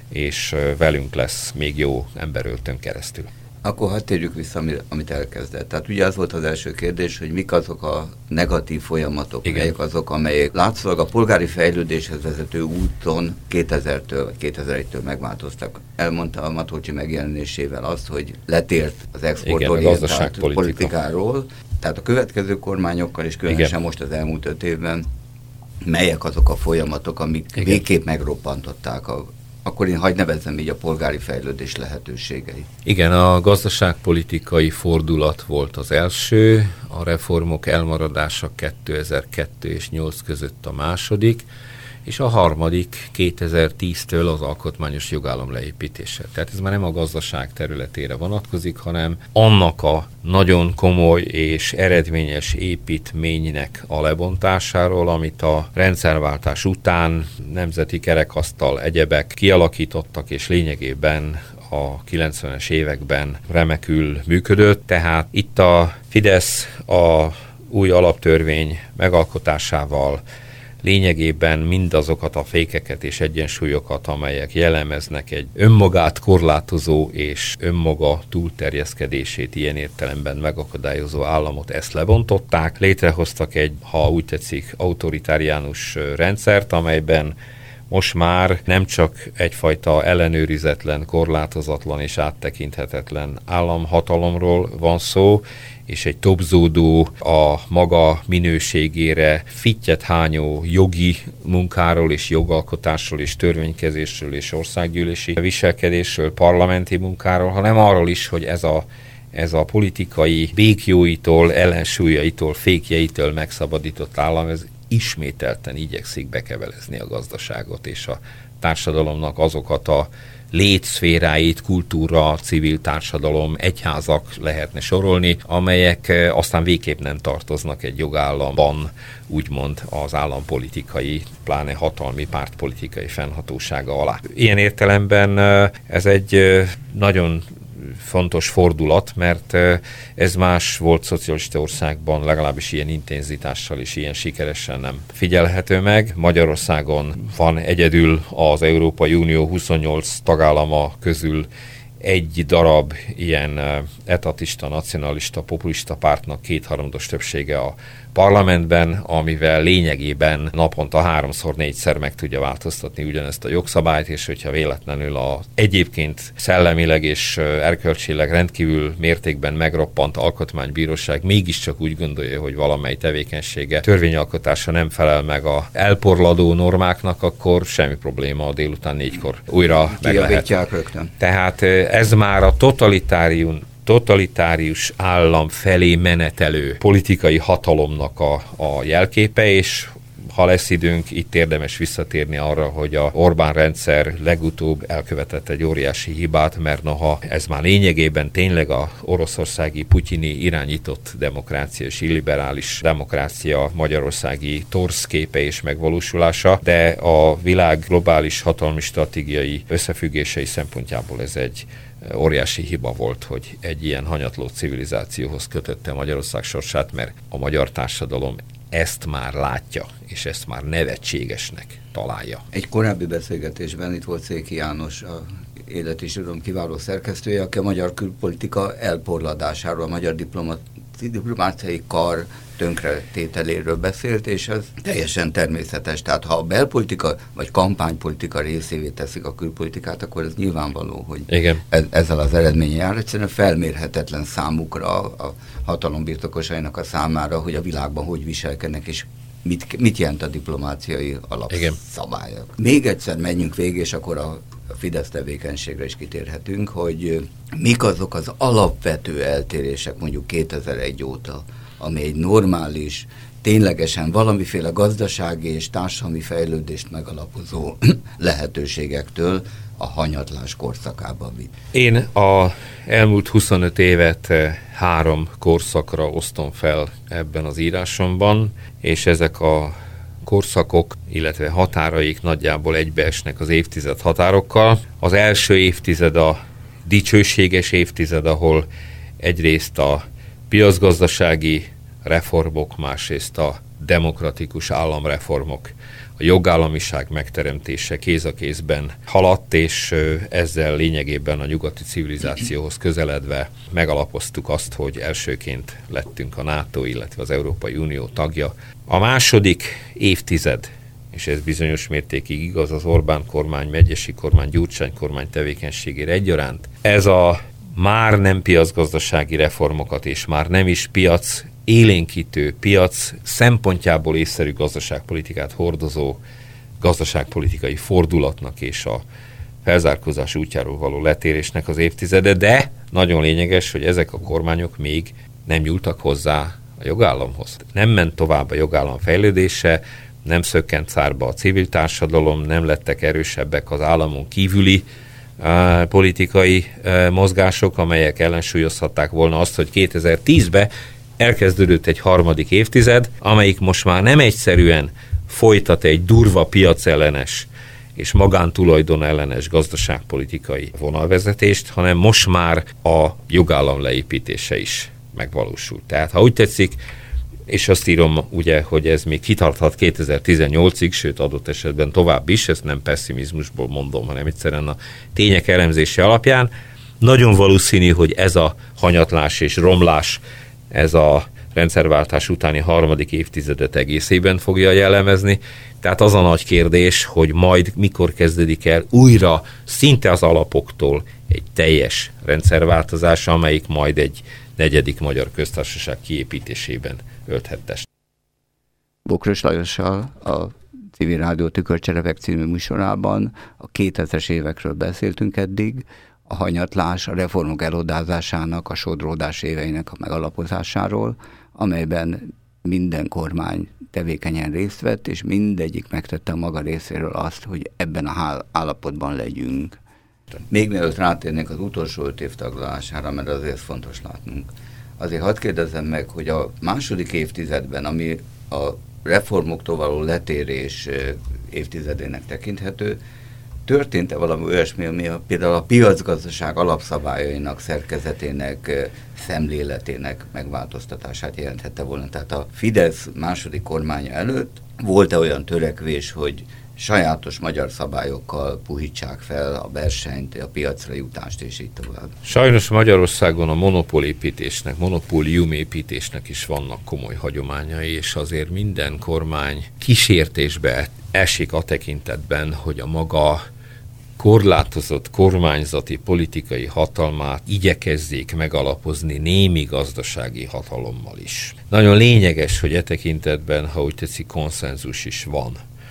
és velünk lesz még jó emberöltön keresztül. Akkor hadd térjük vissza, amit elkezdett. Tehát ugye az volt az első kérdés, hogy mik azok a negatív folyamatok, igen, melyek azok, amelyek látszólag a polgári fejlődéshez vezető úton kétezertől vagy kétezer-egytől megváltoztak. Elmondta a Matolcsy megjelenésével azt, hogy letért az exportorientált politikáról, tehát a következő kormányokkal, és különösen igen, most az elmúlt öt évben, melyek azok a folyamatok, amik igen, végképp megroppantották a akkor én hadd nevezzem így a polgári fejlődés lehetőségei. Igen, a gazdaságpolitikai fordulat volt az első, a reformok elmaradása kétezer-kettő és nyolc között a második, és a harmadik kétezer-tíztől az alkotmányos jogállam leépítése. Tehát ez már nem a gazdaság területére vonatkozik, hanem annak a nagyon komoly és eredményes építménynek a lebontásáról, amit a rendszerváltás után nemzeti kerekasztal egyebek kialakítottak, és lényegében a kilencvenes években remekül működött. Tehát itt a Fidesz a új alaptörvény megalkotásával lényegében mindazokat a fékeket és egyensúlyokat, amelyek jellemeznek egy önmagát korlátozó és önmaga túlterjeszkedését ilyen értelemben megakadályozó államot, ezt lebontották. Létrehoztak egy, ha úgy tetszik, autoritáriánus rendszert, amelyben most már nem csak egyfajta ellenőrizetlen, korlátozatlan és áttekinthetetlen államhatalomról van szó, és egy tobzódó, a maga minőségére fittyet hányó jogi munkáról és jogalkotásról és törvénykezésről és országgyűlési viselkedésről, parlamenti munkáról, hanem arról is, hogy ez a, ez a politikai békjóitól, ellensúlyaitól, fékjeitől megszabadított állam, ez ismételten igyekszik bekebelezni a gazdaságot és a társadalomnak azokat a létszféráit, kultúra, civil társadalom, egyházak lehetne sorolni, amelyek aztán végképp nem tartoznak egy jogállamban, úgymond az állampolitikai, pláne hatalmi pártpolitikai fennhatósága alá. Ilyen értelemben ez egy nagyon fontos fordulat, mert ez más volt szocialista országban, legalábbis ilyen intenzitással és ilyen sikeresen nem figyelhető meg. Magyarországon van egyedül az Európai Unió huszonnyolc tagállama közül egy darab ilyen etatista, nacionalista, populista pártnak kétharmados többsége a parlamentben, amivel lényegében naponta háromszor, négyszer meg tudja változtatni ugyanezt a jogszabályt, és hogyha véletlenül a egyébként szellemileg és erkölcsileg rendkívül mértékben megroppant alkotmánybíróság mégiscsak úgy gondolja, hogy valamely tevékenysége, törvényalkotása nem felel meg a elporladó normáknak, akkor semmi probléma, a délután négykor újra meg lehet. Rögtön. Tehát ez már a totalitárium totalitárius állam felé menetelő politikai hatalomnak a, a jelképe, és ha lesz időnk, itt érdemes visszatérni arra, hogy a Orbán rendszer legutóbb elkövetett egy óriási hibát, mert noha ez már lényegében tényleg a oroszországi putyini irányított demokrácia és illiberális demokrácia magyarországi torz képe és megvalósulása, de a világ globális hatalmi stratégiai összefüggései szempontjából ez egy óriási hiba volt, hogy egy ilyen hanyatló civilizációhoz kötötte Magyarország sorsát, mert a magyar társadalom ezt már látja, és ezt már nevetségesnek találja. Egy korábbi beszélgetésben itt volt Széki János, a Élet és Irodalom kiváló szerkesztője, aki a magyar külpolitika elporladásáról, a magyar diplomáciai kar tönkretételéről beszélt, és ez teljesen természetes. Tehát ha a belpolitika vagy kampánypolitika részévé teszik a külpolitikát, akkor ez nyilvánvaló, hogy ez, ezzel az eredménye jár. Egyszerűen felmérhetetlen számukra, a hatalom birtokosainak a számára, hogy a világban hogy viselkednek, és mit, mit jelent a diplomáciai alapszabályok. Még egyszer menjünk végig, és akkor a a Fidesz tevékenységre is kitérhetünk, hogy mik azok az alapvető eltérések mondjuk kétezer-egy óta, ami egy normális, ténylegesen valamiféle gazdasági és társadalmi fejlődést megalapozó lehetőségektől a hanyatlás korszakába vitt. Én a elmúlt huszonöt évet három korszakra osztom fel ebben az írásomban, és ezek a korszakok, illetve határaik nagyjából egybeesnek az évtized határokkal. Az első évtized a dicsőséges évtized, ahol egyrészt a piacgazdasági reformok, másrészt a demokratikus államreformok, a jogállamiság megteremtése kéz a kézben haladt, és ezzel lényegében a nyugati civilizációhoz közeledve megalapoztuk azt, hogy elsőként lettünk a NATO, illetve az Európai Unió tagja. A második évtized, és ez bizonyos mértékig igaz az Orbán kormány, Megyesi kormány, Gyurcsány kormány tevékenységére egyaránt, ez a már nem piacgazdasági reformokat, és már nem is piac élénkítő, piac szempontjából észszerű gazdaságpolitikát hordozó gazdaságpolitikai fordulatnak és a felzárkózás útjáról való letérésnek az évtizede, de nagyon lényeges, hogy ezek a kormányok még nem nyúltak hozzá a jogállamhoz. Nem ment tovább a jogállam fejlődése, nem szökkent szárba a civil társadalom, nem lettek erősebbek az államon kívüli uh, politikai uh, mozgások, amelyek ellensúlyozhatták volna azt, hogy kétezer-tízben elkezdődött egy harmadik évtized, amelyik most már nem egyszerűen folytat egy durva piacellenes és magántulajdon ellenes gazdaságpolitikai vonalvezetést, hanem most már a jogállam leépítése is megvalósult. Tehát, ha úgy tetszik, és azt írom ugye, hogy ez még kitarthat kétezer-tizennyolcig, sőt adott esetben tovább is, ezt nem pessimizmusból mondom, hanem egyszerűen a tények elemzése alapján, nagyon valószínű, hogy ez a hanyatlás és romlás, ez a rendszerváltás utáni harmadik évtizedet egészében fogja jellemezni. Tehát az a nagy kérdés, hogy majd mikor kezdődik el újra szinte az alapoktól egy teljes rendszerváltozás, amelyik majd egy negyedik magyar köztársaság kiépítésében ölthet testet. Bokros Lajossal a Civil Rádió Tükörcserepek című műsorában a kétezres évekről beszéltünk eddig, a hanyatlás, a reformok elodázásának, a sodródás éveinek a megalapozásáról, amelyben minden kormány tevékenyen részt vett, és mindegyik megtette a maga részéről azt, hogy ebben a állapotban legyünk. Még mielőtt rátérnénk az utolsó öt év taglalására, mert azért fontos látnunk. Azért hadd kérdezzem meg, hogy a második évtizedben, ami a reformoktól való letérés évtizedének tekinthető, történt-e valami olyasmi, ami a, például a piacgazdaság alapszabályainak, szerkezetének, szemléletének megváltoztatását jelenthette volna? Tehát a Fidesz második kormánya előtt volt-e olyan törekvés, hogy sajátos magyar szabályokkal puhítsák fel a versenyt, a piacra jutást, és így tovább? Sajnos Magyarországon a monopólépítésnek, monopóliumépítésnek is vannak komoly hagyományai, és azért minden kormány kísértésbe esik a tekintetben, hogy a maga korlátozott kormányzati politikai hatalmát igyekezzék megalapozni némi gazdasági hatalommal is. Nagyon lényeges, hogy e tekintetben, ha úgy tetszik, konszenzus is van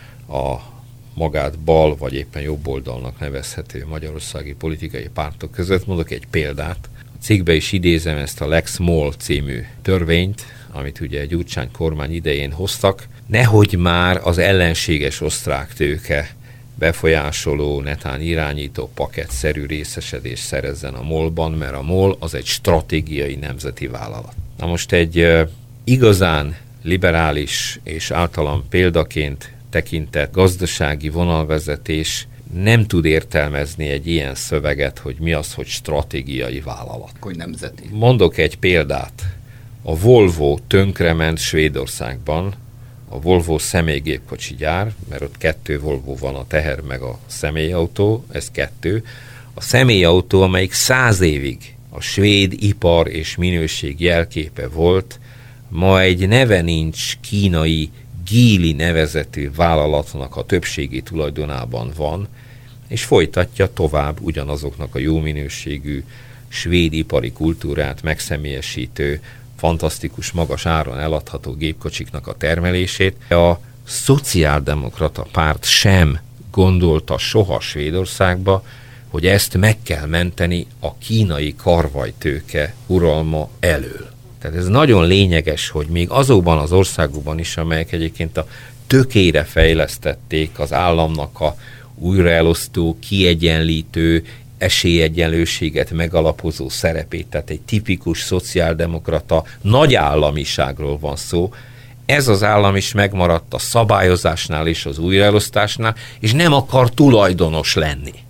a magát bal vagy éppen jobb oldalnak nevezhető magyarországi politikai pártok között. Mondok egy példát. A cikkbe is idézem ezt a Lex Moll című törvényt, amit ugye egy Gyurcsány kormány idején hoztak. Nehogy már az ellenséges osztrák tőke befolyásoló, netán irányító pakettszerű részesedés szerezzen a MOL-ban, mert a MOL az egy stratégiai nemzeti vállalat. Na most egy uh, igazán liberális és általam példaként tekintett gazdasági vonalvezetés nem tud értelmezni egy ilyen szöveget, hogy mi az, hogy stratégiai vállalat. Hogy nemzeti. Mondok egy példát. A Volvo tönkrement Svédországban, a Volvo személygépkocsi gyár, mert ott kettő Volvo van, a teher meg a személyautó, ez kettő. A személyautó, amelyik száz évig a svéd ipar és minőség jelképe volt, ma egy neve nincs kínai Geely nevezetű vállalatnak a többségi tulajdonában van, és folytatja tovább ugyanazoknak a jó minőségű svéd ipari kultúrát megszemélyesítő, fantasztikus magas áron eladható gépkocsiknak a termelését. A szociáldemokrata párt sem gondolta soha Svédországba, hogy ezt meg kell menteni a kínai karvajtőke uralma elől. Tehát ez nagyon lényeges, hogy még azokban az országokban is, amelyek egyébként a tökére fejlesztették az államnak a újraelosztó, kiegyenlítő, esélyegyenlőséget megalapozó szerepét, tehát egy tipikus szociáldemokrata nagy államiságról van szó. Ez az állam is megmaradt a szabályozásnál és az újraelosztásnál, és nem akar tulajdonos lenni.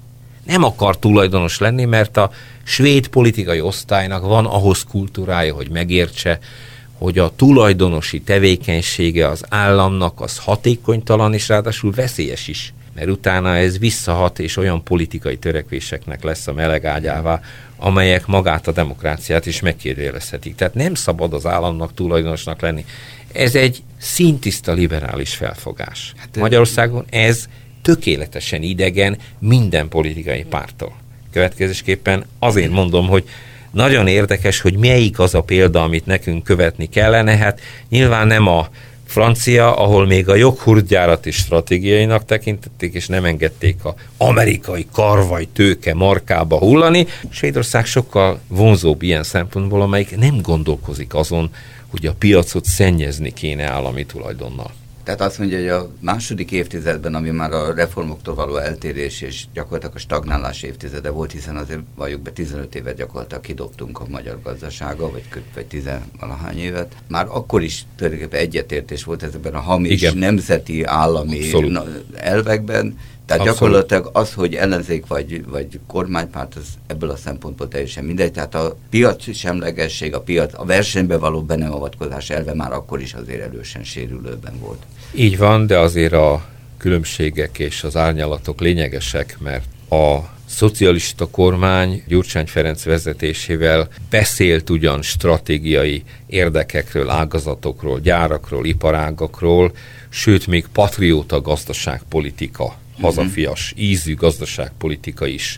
nem akar tulajdonos lenni, mert a svéd politikai osztálynak van ahhoz kultúrája, hogy megértse, hogy a tulajdonosi tevékenysége az államnak az hatékonytalan, és ráadásul veszélyes is. Mert utána ez visszahat, és olyan politikai törekvéseknek lesz a melegágyává, amelyek magát a demokráciát is megkérdőjelezhetik. Tehát nem szabad az államnak tulajdonosnak lenni. Ez egy szintiszta liberális felfogás. Hát Magyarországon ez tökéletesen idegen minden politikai párttól. Következésképpen azért mondom, hogy nagyon érdekes, hogy melyik az a példa, amit nekünk követni kellene. Hát nyilván nem a francia, ahol még a joghurtgyárat is stratégiainak tekintették, és nem engedték az amerikai karvaj tőke markába hullani. Svédország sokkal vonzóbb ilyen szempontból, amelyik nem gondolkozik azon, hogy a piacot szennyezni kéne állami tulajdonnal. Tehát azt mondja, hogy a második évtizedben, ami már a reformoktól való eltérés és gyakorlatilag a stagnálás évtizede volt, hiszen azért valljuk be tizenöt évet gyakorlatilag kidobtunk a magyar gazdasága, vagy, vagy tizenvalahány évet. Már akkor is tulajdonképpen egyetértés volt ezekben a hamis Igen. nemzeti állami Abszolút. elvekben. Tehát Abszolút. gyakorlatilag az, hogy ellenzék vagy, vagy kormánypárt, az ebből a szempontból teljesen mindegy. Tehát a piaci semlegesség, a, piac, a versenybe való be nem avatkozás elve már akkor is azért erősen sérülőben volt. Így van, de azért a különbségek és az árnyalatok lényegesek, mert a szocialista kormány Gyurcsány Ferenc vezetésével beszélt ugyan stratégiai érdekekről, ágazatokról, gyárakról, iparágakról, sőt még patrióta gazdaságpolitika, hazafias ízű gazdaságpolitika is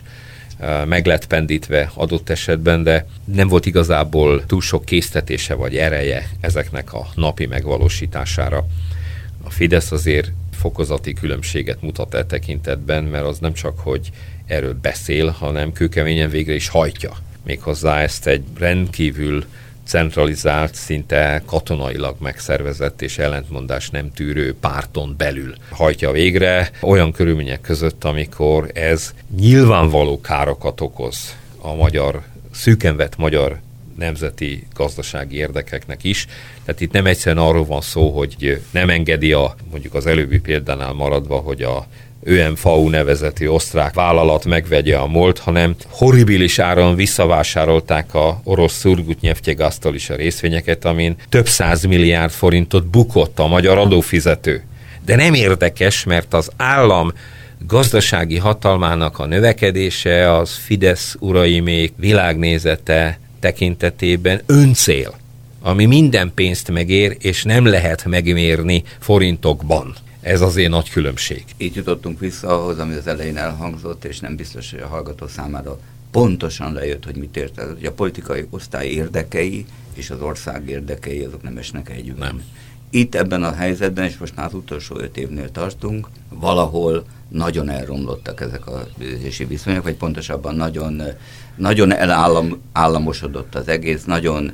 meg lett pendítve adott esetben, de nem volt igazából túl sok késztetése vagy ereje ezeknek a napi megvalósítására. A Fidesz azért fokozati különbséget mutat e tekintetben, mert az nem csak, hogy erről beszél, hanem kőkeményen végre is hajtja. Méghozzá ezt egy rendkívül centralizált, szinte katonailag megszervezett és ellentmondás nem tűrő párton belül hajtja végre, olyan körülmények között, amikor ez nyilvánvaló károkat okoz a magyar, szűken vett magyar nemzeti gazdasági érdekeknek is. Tehát itt nem egyszerűen arról van szó, hogy nem engedi a, mondjuk az előbbi példánál maradva, hogy a ö em vé u nevezetű osztrák vállalat megvegye a MOL-t, hanem horribilis áron visszavásárolták a orosz Surgutnyeftjegaztól is a részvényeket, amin több száz milliárd forintot bukott a magyar adófizető. De nem érdekes, mert az állam gazdasági hatalmának a növekedése az Fidesz uraimék világnézete tekintetében öncél, ami minden pénzt megér, és nem lehet megmérni forintokban. Ez azért nagy különbség. Így jutottunk vissza ahhoz, ami az elején elhangzott, és nem biztos, hogy a hallgató számára pontosan lejött, hogy mit ért ez. Ugye a politikai osztály érdekei és az ország érdekei, azok nem esnek együtt. Nem. Itt ebben a helyzetben, és most már az utolsó öt évnél tartunk, valahol nagyon elromlottak ezek a bűzési viszonyok, vagy pontosabban nagyon, nagyon elállamosodott az egész, nagyon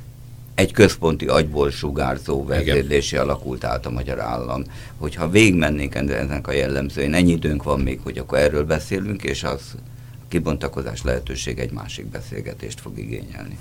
egy központi agyból sugárzó vezérlésé alakult át a magyar állam. Hogyha végigmennénk ennek a jellemzőjén, ennyi időnk van még, hogy akkor erről beszélünk, és az kibontakozás lehetőség egy másik beszélgetést fog igényelni.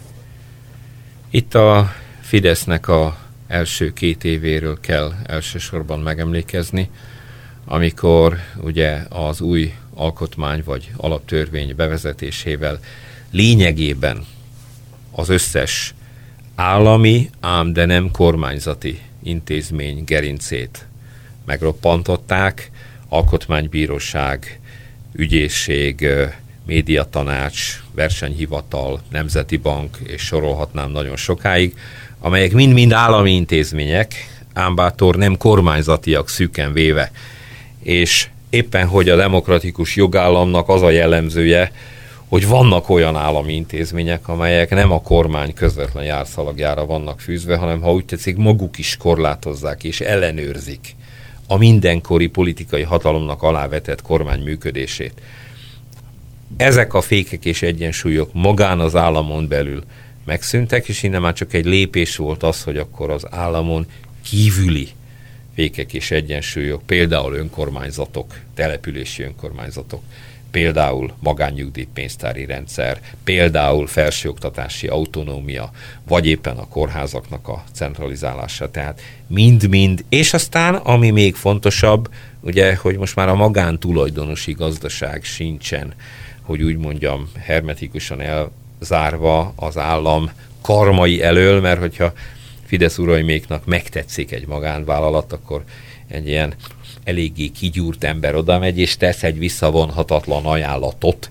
Itt a Fidesznek a első két évéről kell elsősorban megemlékezni, amikor ugye az új alkotmány vagy alaptörvény bevezetésével lényegében az összes állami, ám de nem kormányzati intézmény gerincét megroppantották, alkotmánybíróság, ügyészség, médiatanács, versenyhivatal, Nemzeti Bank, és sorolhatnám nagyon sokáig, amelyek mind-mind állami intézmények, ám bátor nem kormányzatiak szűken véve. És éppen, hogy a demokratikus jogállamnak az a jellemzője, hogy vannak olyan állami intézmények, amelyek nem a kormány közvetlen járszalagjára vannak fűzve, hanem ha úgy tetszik, maguk is korlátozzák és ellenőrzik a mindenkori politikai hatalomnak alávetett kormány működését. Ezek a fékek és egyensúlyok magán az államon belül megszűntek, és innen már csak egy lépés volt az, hogy akkor az államon kívüli fékek és egyensúlyok, például önkormányzatok, települési önkormányzatok például magánnyugdíjpénztári rendszer, például felsőoktatási autonómia, vagy éppen a kórházaknak a centralizálása, tehát mind-mind, és aztán, ami még fontosabb, ugye, hogy most már a magántulajdonosi gazdaság sincsen, hogy úgy mondjam, hermetikusan elzárva az állam karmai elől, mert hogyha Fidesz uraiméknak megtetszik egy magánvállalat, akkor egy ilyen eléggé kigyúrt ember oda megy, és tesz egy visszavonhatatlan ajánlatot,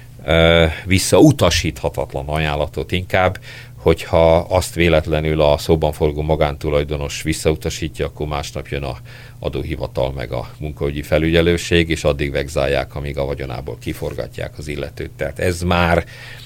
visszautasíthatatlan ajánlatot inkább, hogyha azt véletlenül a szóban forgó magántulajdonos visszautasítja, akkor másnap jön a adóhivatal meg a munkaügyi felügyelőség, és addig vegzálják, amíg a vagyonából kiforgatják az illetőt. Tehát ez már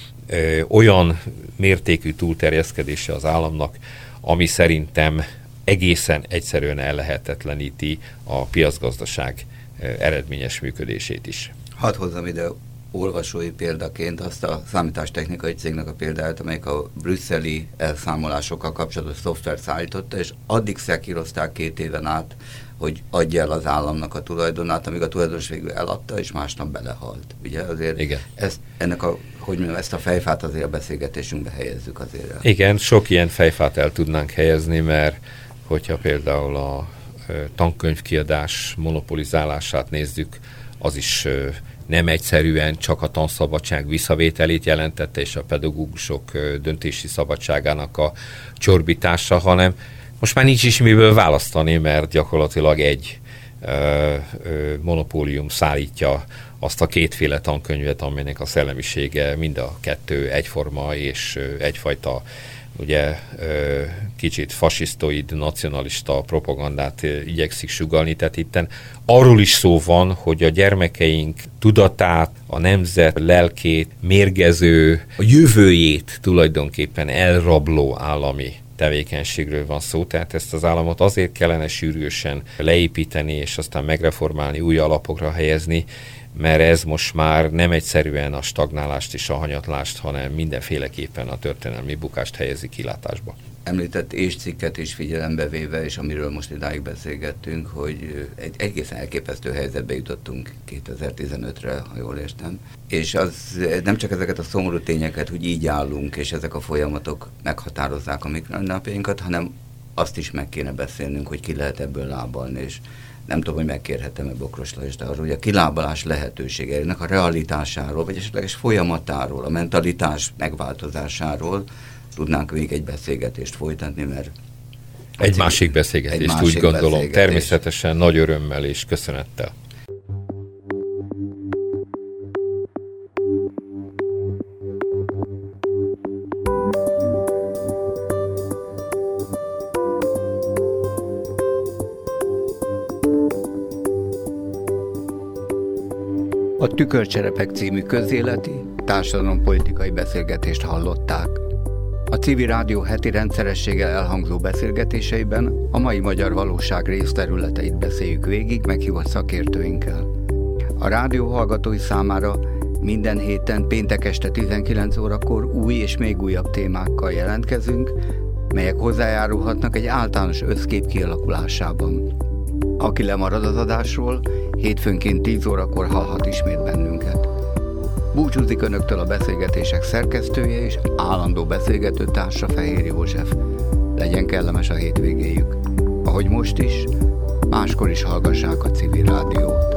ö, olyan mértékű túlterjeszkedése az államnak, ami szerintem egészen egyszerűen ellehetetleníti a piacgazdaság eredményes működését is. Hadd hozzam ide olvasói példaként azt a számítástechnikai cégnek a példáját, amelyik a brüsszeli elszámolásokkal kapcsolatos szoftvert szállította, és addig szekírozták két éven át, hogy adja el az államnak a tulajdonát, amíg a tulajdonos végül eladta, és másnap belehalt. Ugye azért Igen. Ezt, ennek a, hogy mondjam, ezt a fejfát azért a beszélgetésünkbe helyezzük azért. El. Igen, sok ilyen fejfát el tudnánk helyezni, mert hogyha például a tankönyvkiadás monopolizálását nézzük, az is nem egyszerűen csak a tanszabadság visszavételét jelentette, és a pedagógusok döntési szabadságának a csorbítása, hanem most már nincs is miből választani, mert gyakorlatilag egy ö, ö, monopólium szállítja azt a kétféle tankönyvet, aminek a szellemisége mind a kettő egyforma, és ö, egyfajta ugye ö, kicsit fasisztoid, nacionalista propagandát ö, igyekszik sugallni. Tehát itten arról is szó van, hogy a gyermekeink tudatát, a nemzet lelkét, mérgező, a jövőjét tulajdonképpen elrabló állami tevékenységről van szó, tehát ezt az államot azért kellene sürgősen leépíteni, és aztán megreformálni, új alapokra helyezni, mert ez most már nem egyszerűen a stagnálást és a hanyatlást, hanem mindenféleképpen a történelmi bukást helyezi kilátásba. Említett és-cikket is figyelembe véve, és amiről most idáig beszélgettünk, hogy egy egészen elképesztő helyzetbe jutottunk kétezer-tizenötre, ha jól értem. És az nem csak ezeket a szomorú tényeket, hogy így állunk, és ezek a folyamatok meghatározzák a mindennapjainkat, hanem azt is meg kéne beszélnünk, hogy ki lehet ebből lábalni, és nem tudom, hogy megkérhetem-e Bokros Lajost arról, hogy a kilábalás lehetőségeinek a realitásáról, vagy esetleges folyamatáról, a mentalitás megváltozásáról tudnánk még egy beszélgetést folytatni, mert... Egy, egy másik beszélgetést, egy másik úgy gondolom. Beszélgetés. Természetesen nagy örömmel és köszönettel. A Tükörcserepek című közéleti, társadalompolitikai beszélgetést hallották. A Civil Rádió heti rendszerességgel elhangzó beszélgetéseiben a mai magyar valóság részterületeit beszéljük végig meghívott szakértőinkkel. A rádió hallgatói számára minden héten péntek este tizenkilenc órakor új és még újabb témákkal jelentkezünk, melyek hozzájárulhatnak egy általános összkép kialakulásában. Aki lemarad az adásról, hétfőnként tíz órakor hallhat ismét bennünket. Búcsúzik önöktől a beszélgetések szerkesztője és állandó beszélgető társa Fehér József. Legyen kellemes a hétvégéjük. Ahogy most is, máskor is hallgassák a Civil Rádiót.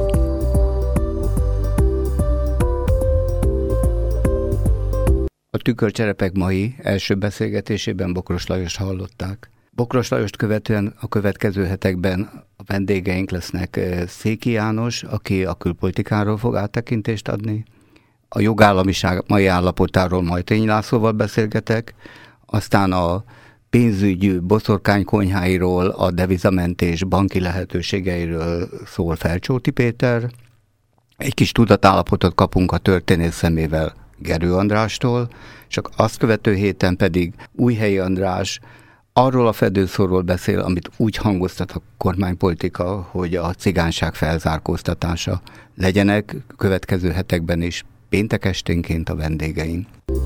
A Tükörcserepek mai első beszélgetésében Bokros Lajost hallották. Bokros Lajost követően a következő hetekben a vendégeink lesznek Széki János, aki a külpolitikáról fog áttekintést adni. A jogállamiság mai állapotáról Majtényi Lászlóval beszélgetek, aztán a pénzügy boszorkánykonyháiról, a devizamentés banki lehetőségeiről szól Felcsóti Péter. Egy kis tudatállapotot kapunk a történész szemével Gerő Andrástól, csak azt követő héten pedig Újhelyi András arról a fedőszóról beszél, amit úgy hangoztat a kormánypolitika, hogy a cigányság felzárkóztatása. Legyenek következő hetekben is péntek esténként a vendégeink.